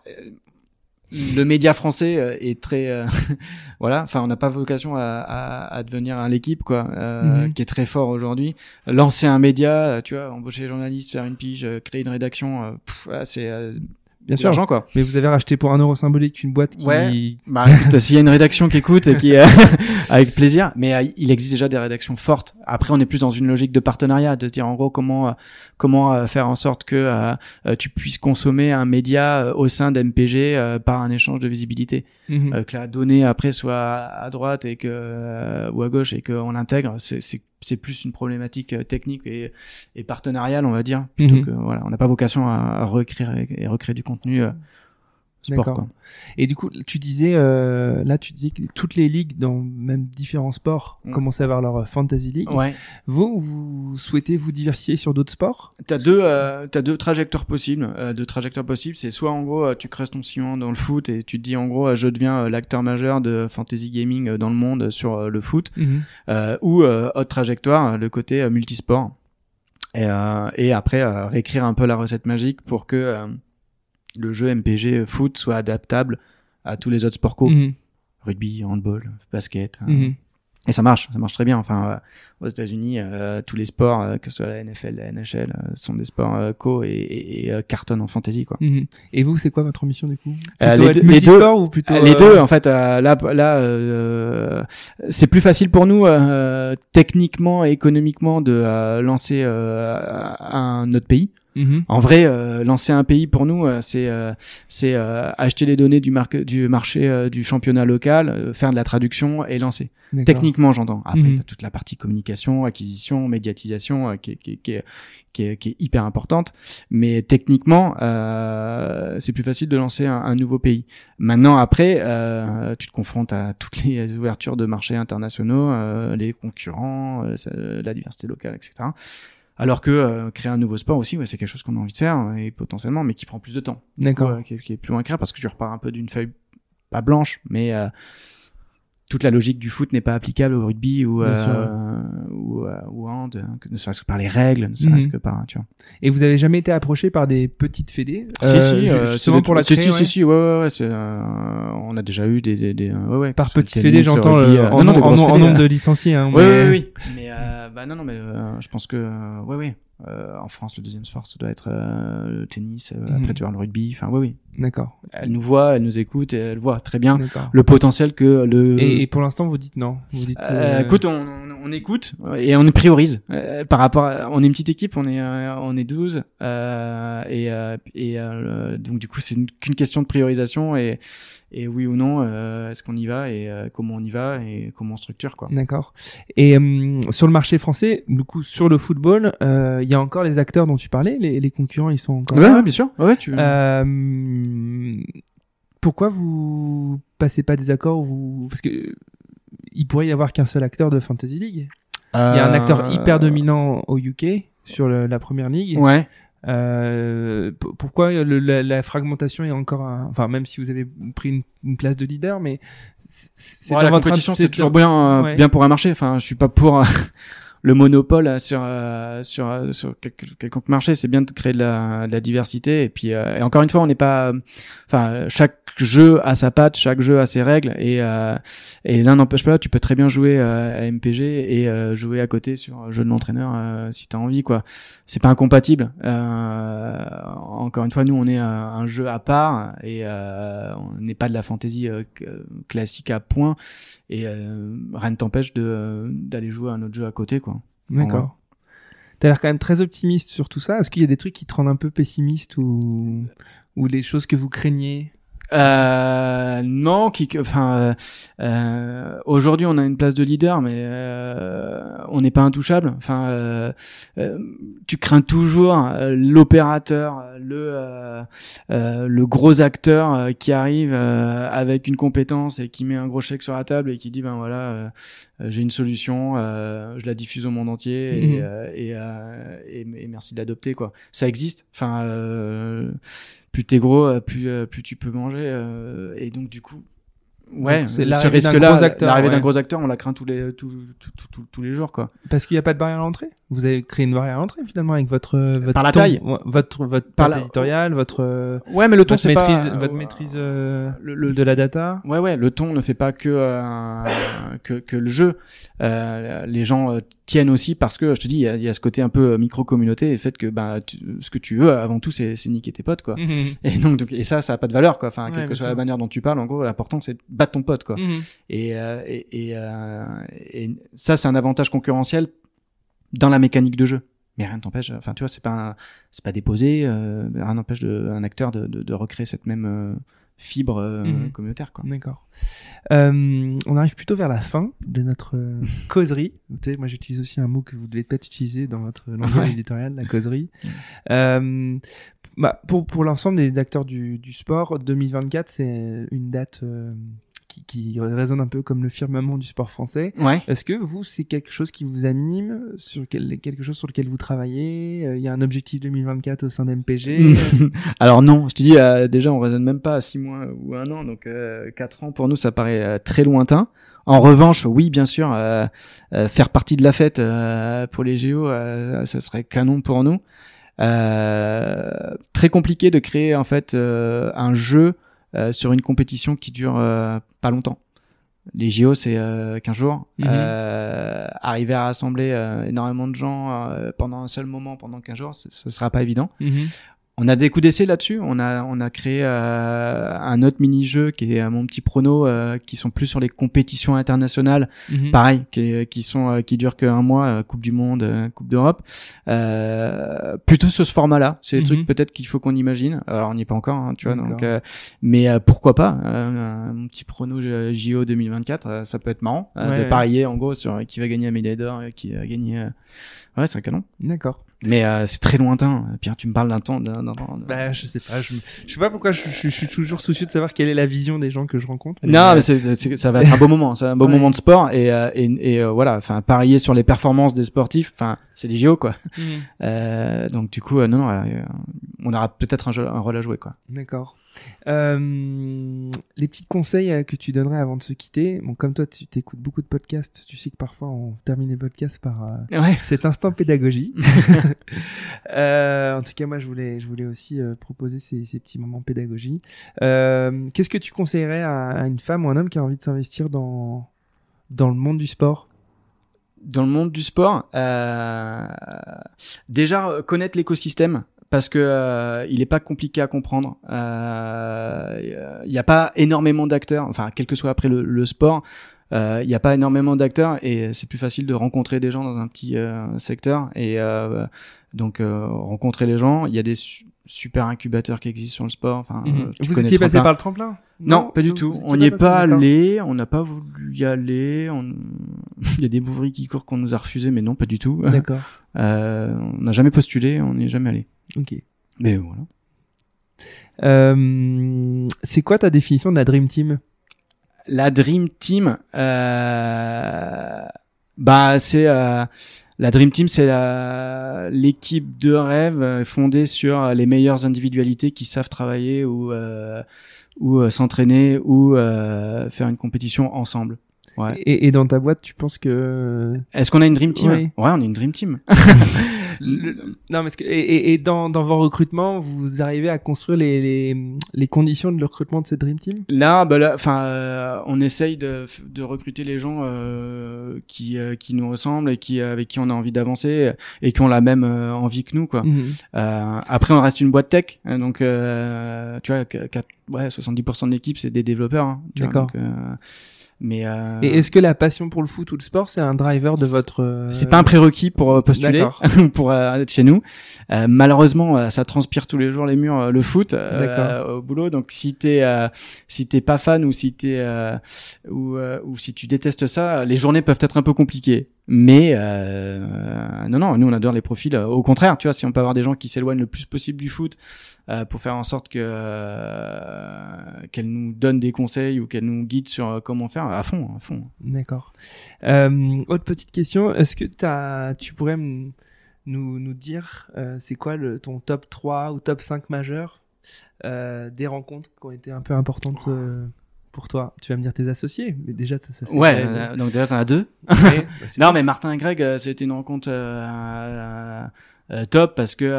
le média français est très voilà, enfin on n'a pas vocation à devenir l'équipe quoi, qui est très fort aujourd'hui. Lancer un média, tu vois, embaucher les journalistes, faire une pige, créer une rédaction, c'est bien sûr, l'argent, quoi. Mais vous avez racheté pour 1 euro symbolique une boîte qui... Ouais. Bah, écoute, s'il y a une rédaction qui écoute et qui, avec plaisir. Mais il existe déjà des rédactions fortes. Après, on est plus dans une logique de partenariat, de se dire en gros comment faire en sorte que tu puisses consommer un média au sein d'MPG par un échange de visibilité, que la donnée après soit à droite et que ou à gauche et qu'on l'intègre. C'est plus une problématique technique et partenariale, on va dire, plutôt que voilà, on n'a pas vocation à recréer du contenu sport. D'accord. Quoi. Et du coup, tu disais que toutes les ligues dans même différents sports commencent à avoir leur fantasy league. Ouais. Vous souhaitez vous diversifier sur d'autres sports? T'as deux trajectoires possibles. C'est soit en gros tu creuses ton sillon dans le foot et tu te dis en gros je deviens l'acteur majeur de fantasy gaming dans le monde sur le foot, ou autre trajectoire, le côté multisport. Et après réécrire un peu la recette magique pour que le jeu MPG foot soit adaptable à tous les autres sports co, rugby, handball, basket. Et ça marche très bien. Enfin, aux États-Unis, tous les sports, que ce soit la NFL, la NHL, sont des sports co et cartonnent en fantasy, quoi. Et vous, c'est quoi votre ambition du coup? Les deux, ou plutôt les deux, en fait. Là, c'est plus facile pour nous techniquement et économiquement de lancer un autre pays. En vrai, lancer un pays pour nous, c'est acheter les données du marché du championnat local, faire de la traduction et lancer. D'accord. Techniquement, j'entends. Après, t'as toute la partie communication, acquisition, médiatisation qui est hyper importante. Mais techniquement, c'est plus facile de lancer un nouveau pays. Maintenant, après, tu te confrontes à toutes les ouvertures de marchés internationaux, les concurrents, la diversité locale, etc. Alors que créer un nouveau sport aussi, c'est quelque chose qu'on a envie de faire et potentiellement, mais qui prend plus de temps. D'accord. Qui est plus loin à créer parce que tu repars un peu d'une feuille pas blanche, mais toute la logique du foot n'est pas applicable au rugby ou au hand, ne serait-ce que par les règles, ne serait-ce que par, tu vois. Et vous avez jamais été approché par des petites fédés? Justement pour la créer. Si, ouais, on a déjà eu des par petites fédés, j'entends en nombre de licenciés, hein. Oui. Mais mais je pense que en France, le deuxième sport, ça doit être le tennis. Après, tu vois, le rugby. Enfin, oui. D'accord. Elle nous voit, elle nous écoute et elle voit très bien D'accord. le potentiel que le. Et pour l'instant, vous dites non. Vous dites. Écoute, on écoute et on priorise par rapport. On est une petite équipe, on est 12 donc du coup, c'est qu'une question de priorisation et oui ou non, est-ce qu'on y va et comment on y va et comment on structure, quoi. D'accord. Et sur le marché français, du coup, sur le football, il y a encore les acteurs dont tu parlais, les concurrents, ils sont encore là. Ouais, bien sûr. Ouais, pourquoi vous passez pas des accords parce que il pourrait y avoir qu'un seul acteur de Fantasy League. Il y a un acteur hyper dominant au UK sur la première ligue. Ouais. Pourquoi la fragmentation est encore enfin même si vous avez pris une place de leader, mais c'est la compétition, c'est toujours bien pour un marché. Enfin, je suis pas pour le monopole sur quelconque marché. C'est bien de créer de la diversité et puis et encore une fois, on n'est pas, enfin, chaque jeu a sa patte, chaque jeu a ses règles et l'un n'empêche pas. Tu peux très bien jouer à MPG et jouer à côté sur un jeu de l'entraîneur si t'as envie, quoi. C'est pas incompatible. Encore une fois, nous on est un jeu à part et on n'est pas de la fantasy classique à point et rien ne t'empêche d'aller jouer à un autre jeu à côté, quoi. D'accord. T'as l'air quand même très optimiste sur tout ça. Est-ce qu'il y a des trucs qui te rendent un peu pessimiste ou des choses que vous craignez? Non, aujourd'hui on a une place de leader, mais on n'est pas intouchable. Tu crains toujours l'opérateur, le gros acteur qui arrive avec une compétence et qui met un gros chèque sur la table et qui dit ben voilà, j'ai une solution, je la diffuse au monde entier et merci de l'adopter quoi. Ça existe. Plus t'es gros, plus tu peux manger et donc du coup ce risque-là, l'arrivée d'un gros acteur, on la craint tous les jours quoi. Parce qu'il n'y a pas de barrière à l'entrée. Vous avez créé une barrière à l'entrée finalement avec votre par la taille, votre éditorial, votre mais le ton c'est maîtrise, pas votre maîtrise de la data. Le ton ne fait pas que le jeu. Les gens tiennent aussi parce que je te dis il y a ce côté un peu micro communauté et le fait que ce que tu veux avant tout c'est niquer tes potes quoi. Et donc et ça a pas de valeur quoi. Quelle que soit la manière dont tu parles, en gros l'important c'est de battre ton pote quoi. Et ça c'est un avantage concurrentiel dans la mécanique de jeu, mais rien ne t'empêche, tu vois, c'est pas déposé, rien n'empêche un acteur de recréer cette même fibre communautaire quoi. D'accord. On arrive plutôt vers la fin de notre causerie. Tu sais, moi j'utilise aussi un mot que vous devez peut-être utiliser dans votre langage éditorial, la causerie. Pour l'ensemble des acteurs du sport, 2024 c'est une date qui résonne un peu comme le firmament du sport français. Ouais. Est-ce que vous, c'est quelque chose qui vous anime, quelque chose sur lequel vous travaillez? Il y a un objectif 2024 au sein d'MPG? Alors non, je te dis, déjà, on raisonne même pas à 6 mois ou 1 an, donc 4 ans, pour nous, ça paraît très lointain. En revanche, oui, bien sûr, faire partie de la fête pour les JO, ça serait canon pour nous. Très compliqué de créer, en fait, un jeu sur une compétition qui dure pas longtemps. Les JO c'est 15 jours. Arriver à rassembler énormément de gens pendant un seul moment pendant 15 jours, ce sera pas évident. On a des coups d'essai là-dessus. On a créé un autre mini-jeu qui est mon petit prono, qui sont plus sur les compétitions internationales. Pareil, qui durent qu'un mois, Coupe du Monde, Coupe d'Europe. Plutôt sur ce format-là. C'est des trucs peut-être qu'il faut qu'on imagine. Alors on n'y est pas encore, hein, tu vois. Donc, mais pourquoi pas mon petit prono JO 2024, ça peut être marrant de parier en gros sur qui va gagner la médaille d'or, qui va gagner. Ouais, c'est un canon. D'accord. Mais c'est très lointain. Pierre, tu me parles d'un temps. Je sais pas. Je sais pas pourquoi je suis toujours soucieux de savoir quelle est la vision des gens que je rencontre. Non, mais ça va être un beau moment. C'est un beau moment de sport et voilà. Parier sur les performances des sportifs. C'est les JO quoi. Donc du coup, on aura peut-être un rôle à jouer quoi. D'accord. Les petits conseils que tu donnerais avant de se quitter. Bon, comme toi, tu t'écoutes beaucoup de podcasts. Tu sais que parfois on termine les podcasts par cet instant pédagogie. En tout cas, moi, je voulais aussi proposer ces petits moments pédagogie. Qu'est-ce que tu conseillerais à une femme ou un homme qui a envie de s'investir dans le monde du sport? Dans le monde du sport, déjà connaître l'écosystème. Parce que il est pas compliqué à comprendre. Il y a pas énormément d'acteurs. Quel que soit après le sport, il y a pas énormément d'acteurs et c'est plus facile de rencontrer des gens dans un petit secteur. Et donc rencontrer les gens. Il y a des super incubateurs qui existent sur le sport. Vous étiez passé par le tremplin? Non, pas du tout. On n'y est pas allé. On n'a pas voulu y aller. Il y a des bourris qui courent qu'on nous a refusé, mais non, pas du tout. D'accord. On n'a jamais postulé. On n'y est jamais allé. Ok. Mais voilà. C'est quoi ta définition de la Dream Team? La Dream Team, c'est la Dream Team, c'est l'équipe de rêve fondée sur les meilleures individualités qui savent travailler ou s'entraîner ou faire une compétition ensemble. Ouais. Et dans ta boîte, tu penses que... Est-ce qu'on a une Dream Team? Ouais, on a une Dream Team. Non, mais et dans vos recrutements, vous arrivez à construire les conditions de le recrutement de cette Dream Team? Là, on essaye de recruter les gens qui nous ressemblent et avec qui on a envie d'avancer et qui ont la même envie que nous, quoi. Après, on reste une boîte tech, donc tu vois, 70% de l'équipe c'est des développeurs. Hein, d'accord. Donc, mais et est-ce que la passion pour le foot ou le sport, c'est un driver de votre... C'est pas un prérequis pour postuler, pour pour être chez nous. Malheureusement, ça transpire tous les jours les murs, le foot au boulot. Donc si t'es pas fan ou si ou si tu détestes ça, les journées peuvent être un peu compliquées. Mais non, nous on adore les profils. Au contraire, tu vois, si on peut avoir des gens qui s'éloignent le plus possible du foot pour faire en sorte que qu'elles nous donnent des conseils ou qu'elles nous guident sur comment faire, à fond. D'accord. Autre petite question, est-ce que tu pourrais nous dire c'est quoi ton top 3 ou top 5 majeur des rencontres qui ont été un peu importantes pour toi? Tu vas me dire tes associés, mais déjà ça fait... Ouais, donc déjà t'en as 2. Ouais, non, mais Martin et Greg, c'était une rencontre top parce que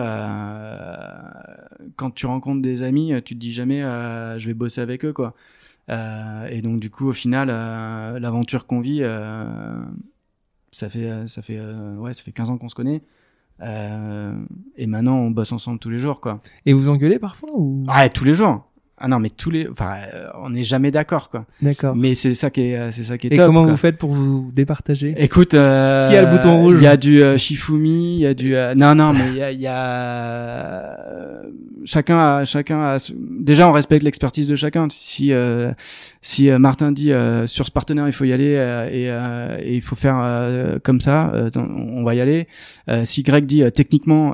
quand tu rencontres des amis, tu te dis jamais je vais bosser avec eux, quoi. Et donc du coup au final l'aventure qu'on vit ça fait 15 ans qu'on se connaît et maintenant on bosse ensemble tous les jours, quoi. Et vous engueulez parfois ou... Ouais, tous les jours. Ah non, mais on n'est jamais d'accord, quoi. D'accord. Mais c'est ça qui est Et top. comment quoi. vous faites pour vous départager? Écoute, qui a le bouton rouge? Il y a du Shifumi, il y a du non, mais il y a chacun a déjà on respecte l'expertise de chacun. Si Martin dit sur ce partenaire il faut y aller et il faut faire comme ça, on va y aller. Si Greg dit techniquement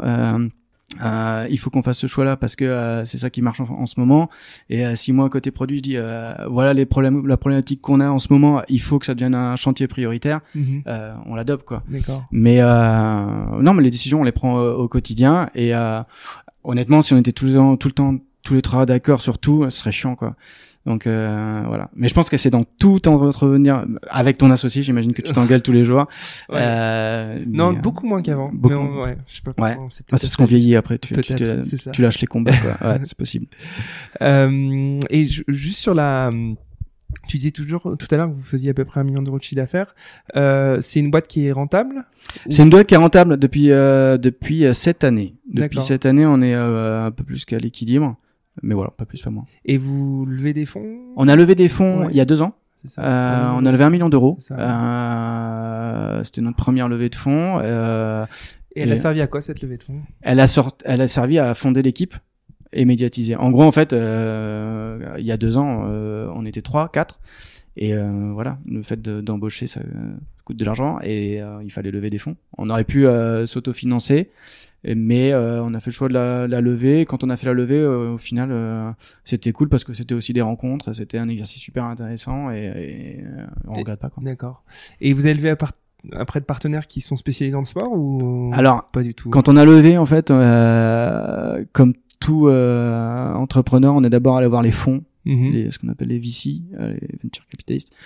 il faut qu'on fasse ce choix-là parce que c'est ça qui marche en ce moment. Et si moi côté produit je dis voilà la problématique qu'on a en ce moment, il faut que ça devienne un chantier prioritaire, on l'adopte, quoi. D'accord. Mais non, mais les décisions on les prend au quotidien et honnêtement si on était tout le temps tous les trois d'accord sur tout, ce serait chiant, quoi. Donc voilà. Mais je pense que c'est dans tout entretenir avec ton associé. J'imagine que tu t'engueules tous les jours. Ouais. Non, beaucoup moins qu'avant. Ouais, je sais pas. Ouais. C'est parce qu'on vieillit après. Tu lâches les combats, quoi. Ouais, c'est possible. Et juste sur la, tu disais tout à l'heure que vous faisiez à peu près 1 million d'euros de chiffre d'affaires. C'est une boîte qui est rentable? C'est une boîte qui est rentable depuis cette année. Depuis D'accord. cette année, on est un peu plus qu'à l'équilibre. Mais voilà, pas plus, pas moins. Et vous levez des fonds? On a levé des fonds il y a 2 ans. C'est ça. On a levé 1 million d'euros. C'était notre première levée de fonds. Et elle a servi à quoi, cette levée de fonds? Elle a servi à fonder l'équipe et médiatiser. En gros, en fait, il y a 2 ans, on était 3, 4. Et voilà, le fait d'embaucher, ça coûte de l'argent et il fallait lever des fonds. On aurait pu s'autofinancer, mais on a fait le choix de la lever. Quand on a fait la levée, au final, c'était cool parce que c'était aussi des rencontres, c'était un exercice super intéressant et on regrette pas, quoi. D'accord. Et vous avez levé après de partenaires qui sont spécialisés dans le sport ou alors pas du tout? Quand on a levé, en fait, comme tout entrepreneur, on est d'abord allé voir les fonds. Ce qu'on appelle les VC, les venture capitalistes,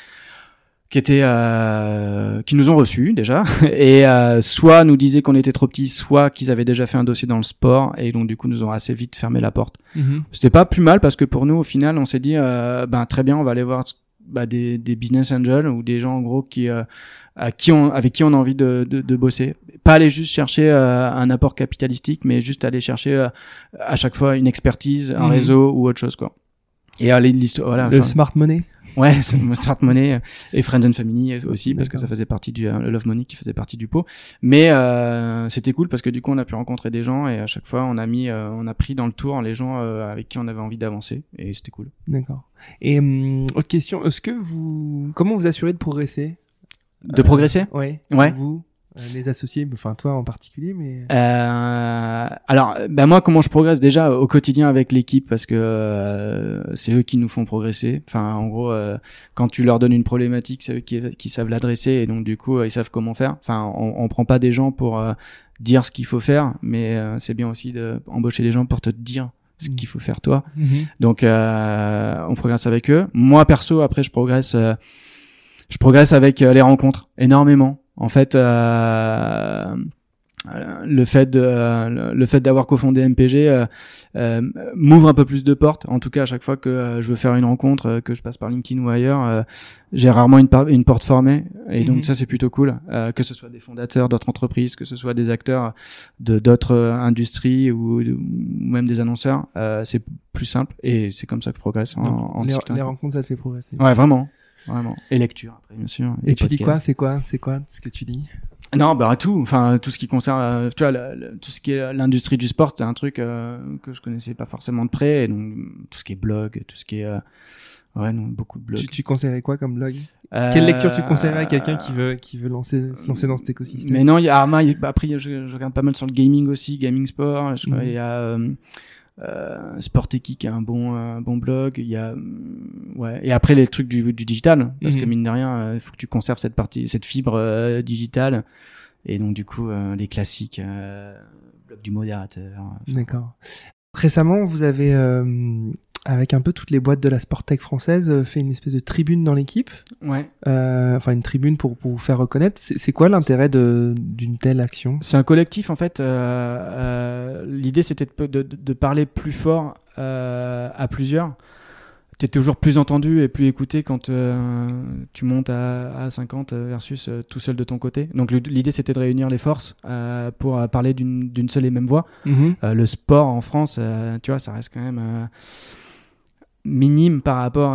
qui nous ont reçus déjà et soit nous disaient qu'on était trop petits, soit qu'ils avaient déjà fait un dossier dans le sport et donc du coup nous ont assez vite fermé la porte. C'était pas plus mal parce que pour nous au final on s'est dit très bien, on va aller voir des business angels ou des gens en gros avec qui on a envie de bosser, pas aller juste chercher un apport capitalistique, mais juste aller chercher à chaque fois une expertise, un réseau ou autre chose, quoi. Et l'histoire, voilà. Le smart money. Ouais, smart money et friends and family aussi, parce que ça faisait partie du love money qui faisait partie du pot. Mais c'était cool parce que du coup on a pu rencontrer des gens et à chaque fois on a pris dans le tour les gens avec qui on avait envie d'avancer et c'était cool. D'accord. Et autre question, comment vous assurez de progresser? De progresser? Ouais. Vous, les associés, enfin toi en particulier, mais alors moi comment je progresse déjà au quotidien avec l'équipe parce que c'est eux qui nous font progresser. Enfin en gros quand tu leur donnes une problématique, c'est eux qui savent l'adresser et donc du coup ils savent comment faire. Enfin on prend pas des gens pour dire ce qu'il faut faire, mais c'est bien aussi d'embaucher des gens pour te dire ce qu'il faut faire toi. Donc on progresse avec eux. Moi perso après je progresse avec les rencontres énormément. En fait, le fait d'avoir cofondé MPG m'ouvre un peu plus de portes. En tout cas, à chaque fois que je veux faire une rencontre, que je passe par LinkedIn ou ailleurs, j'ai rarement une porte fermée. Et donc ça, c'est plutôt cool. Que ce soit des fondateurs d'autres entreprises, que ce soit des acteurs d'autres industries ou même des annonceurs, c'est plus simple. Et c'est comme ça que je progresse en discutant. Les rencontres, ça te fait progresser. Ouais, vraiment. Et lecture après bien sûr. Et tu dis quoi? C'est quoi ce que tu dis? Non, bah tout, enfin tout ce qui concerne, tu vois, tout ce qui est l'industrie du sport, c'était un truc que je connaissais pas forcément de près, et donc tout ce qui est blog, tout ce qui est ouais, non, beaucoup de blogs. Tu conseillerais quoi comme blog? Quelle lecture tu conseillerais à quelqu'un qui veut se lancer dans cet écosystème? Mais non, après je regarde pas mal sur le gaming aussi, Gaming Sport, je crois, il y a Sporteki qui a un bon blog, il y a ouais, et après les trucs du digital, parce que mine de rien il faut que tu conserves cette fibre digitale, et donc du coup les classiques, blog du modérateur. D'accord. Récemment, vous avez avec un peu toutes les boîtes de la Sporttech française fait une espèce de tribune dans l'équipe. Ouais. Enfin une tribune pour vous faire reconnaître. C'est quoi l'intérêt d'une telle action? C'est un collectif en fait. L'idée c'était de parler plus fort à plusieurs. T'es toujours plus entendu et plus écouté quand tu montes à 50 versus tout seul de ton côté. Donc l'idée c'était de réunir les forces pour parler d'une seule et même voix. Le sport en France, tu vois, ça reste quand même minime par rapport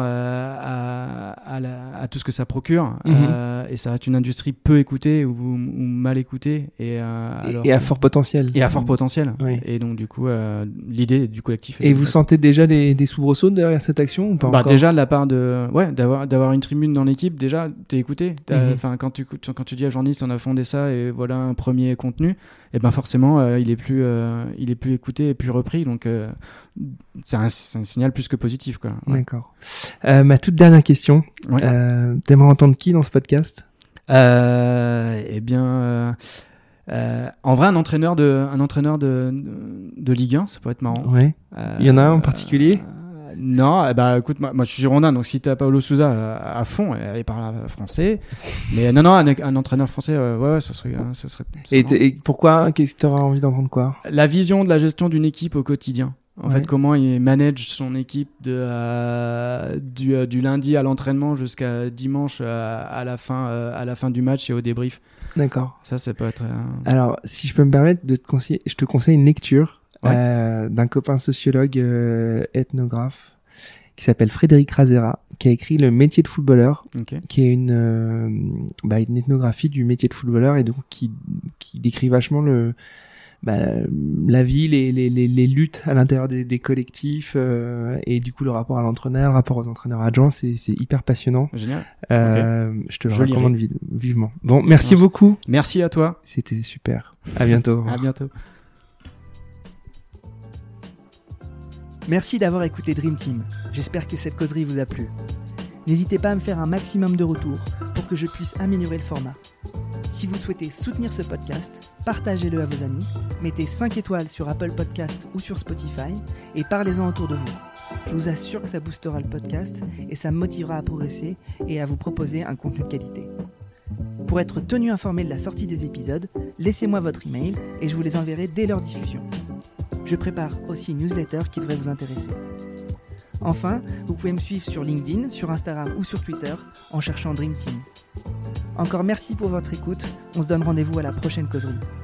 à tout ce que ça procure, et ça reste une industrie peu écoutée ou mal écoutée, et à fort potentiel. Oui. Et donc du coup l'idée du collectif. Et vous sentez déjà des soubresauts derrière cette action ou pas encore? Déjà de la part de d'avoir une tribune dans l'équipe, déjà t'es écouté. Enfin quand tu dis à journaliste on a fondé ça et voilà un premier contenu, et ben forcément il est plus écouté et plus repris, donc c'est un signal plus que positif, quoi. Ouais. D'accord. Ma toute dernière question. Ouais. T'aimerais entendre qui dans ce podcast? Eh bien, en vrai, un entraîneur de Ligue 1, ça pourrait être marrant. Ouais. Il y en a un en particulier? Non, bah écoute, moi je suis girondin, donc si t'as Paulo Sousa à fond, il parle français. Mais non, un entraîneur français, ouais, ça serait. Et pourquoi? Qu'est-ce que t'auras envie d'entendre, quoi? La vision de la gestion d'une équipe au quotidien. En fait, comment il manage son équipe du lundi à l'entraînement jusqu'à dimanche à la fin du match et au débrief. D'accord. Ça peut être. Alors, si je peux me permettre je te conseille une lecture d'un copain sociologue ethnographe qui s'appelle Frédéric Razera, qui a écrit Le métier de footballeur, qui est une ethnographie du métier de footballeur, et donc qui décrit vachement la vie, les luttes à l'intérieur des collectifs, et du coup le rapport à l'entraîneur, le rapport aux entraîneurs adjoints, c'est hyper passionnant. Génial. Je te le recommande vivement. Bon, merci beaucoup. Merci à toi. C'était super. À bientôt. À bientôt. Merci d'avoir écouté Dream Team. J'espère que cette causerie vous a plu. N'hésitez pas à me faire un maximum de retours pour que je puisse améliorer le format. Si vous souhaitez soutenir ce podcast, partagez-le à vos amis, mettez 5 étoiles sur Apple Podcast ou sur Spotify et parlez-en autour de vous. Je vous assure que ça boostera le podcast et ça me motivera à progresser et à vous proposer un contenu de qualité. Pour être tenu informé de la sortie des épisodes, laissez-moi votre email et je vous les enverrai dès leur diffusion. Je prépare aussi une newsletter qui devrait vous intéresser. Enfin, vous pouvez me suivre sur LinkedIn, sur Instagram ou sur Twitter en cherchant Dream Team. Encore merci pour votre écoute, on se donne rendez-vous à la prochaine causerie.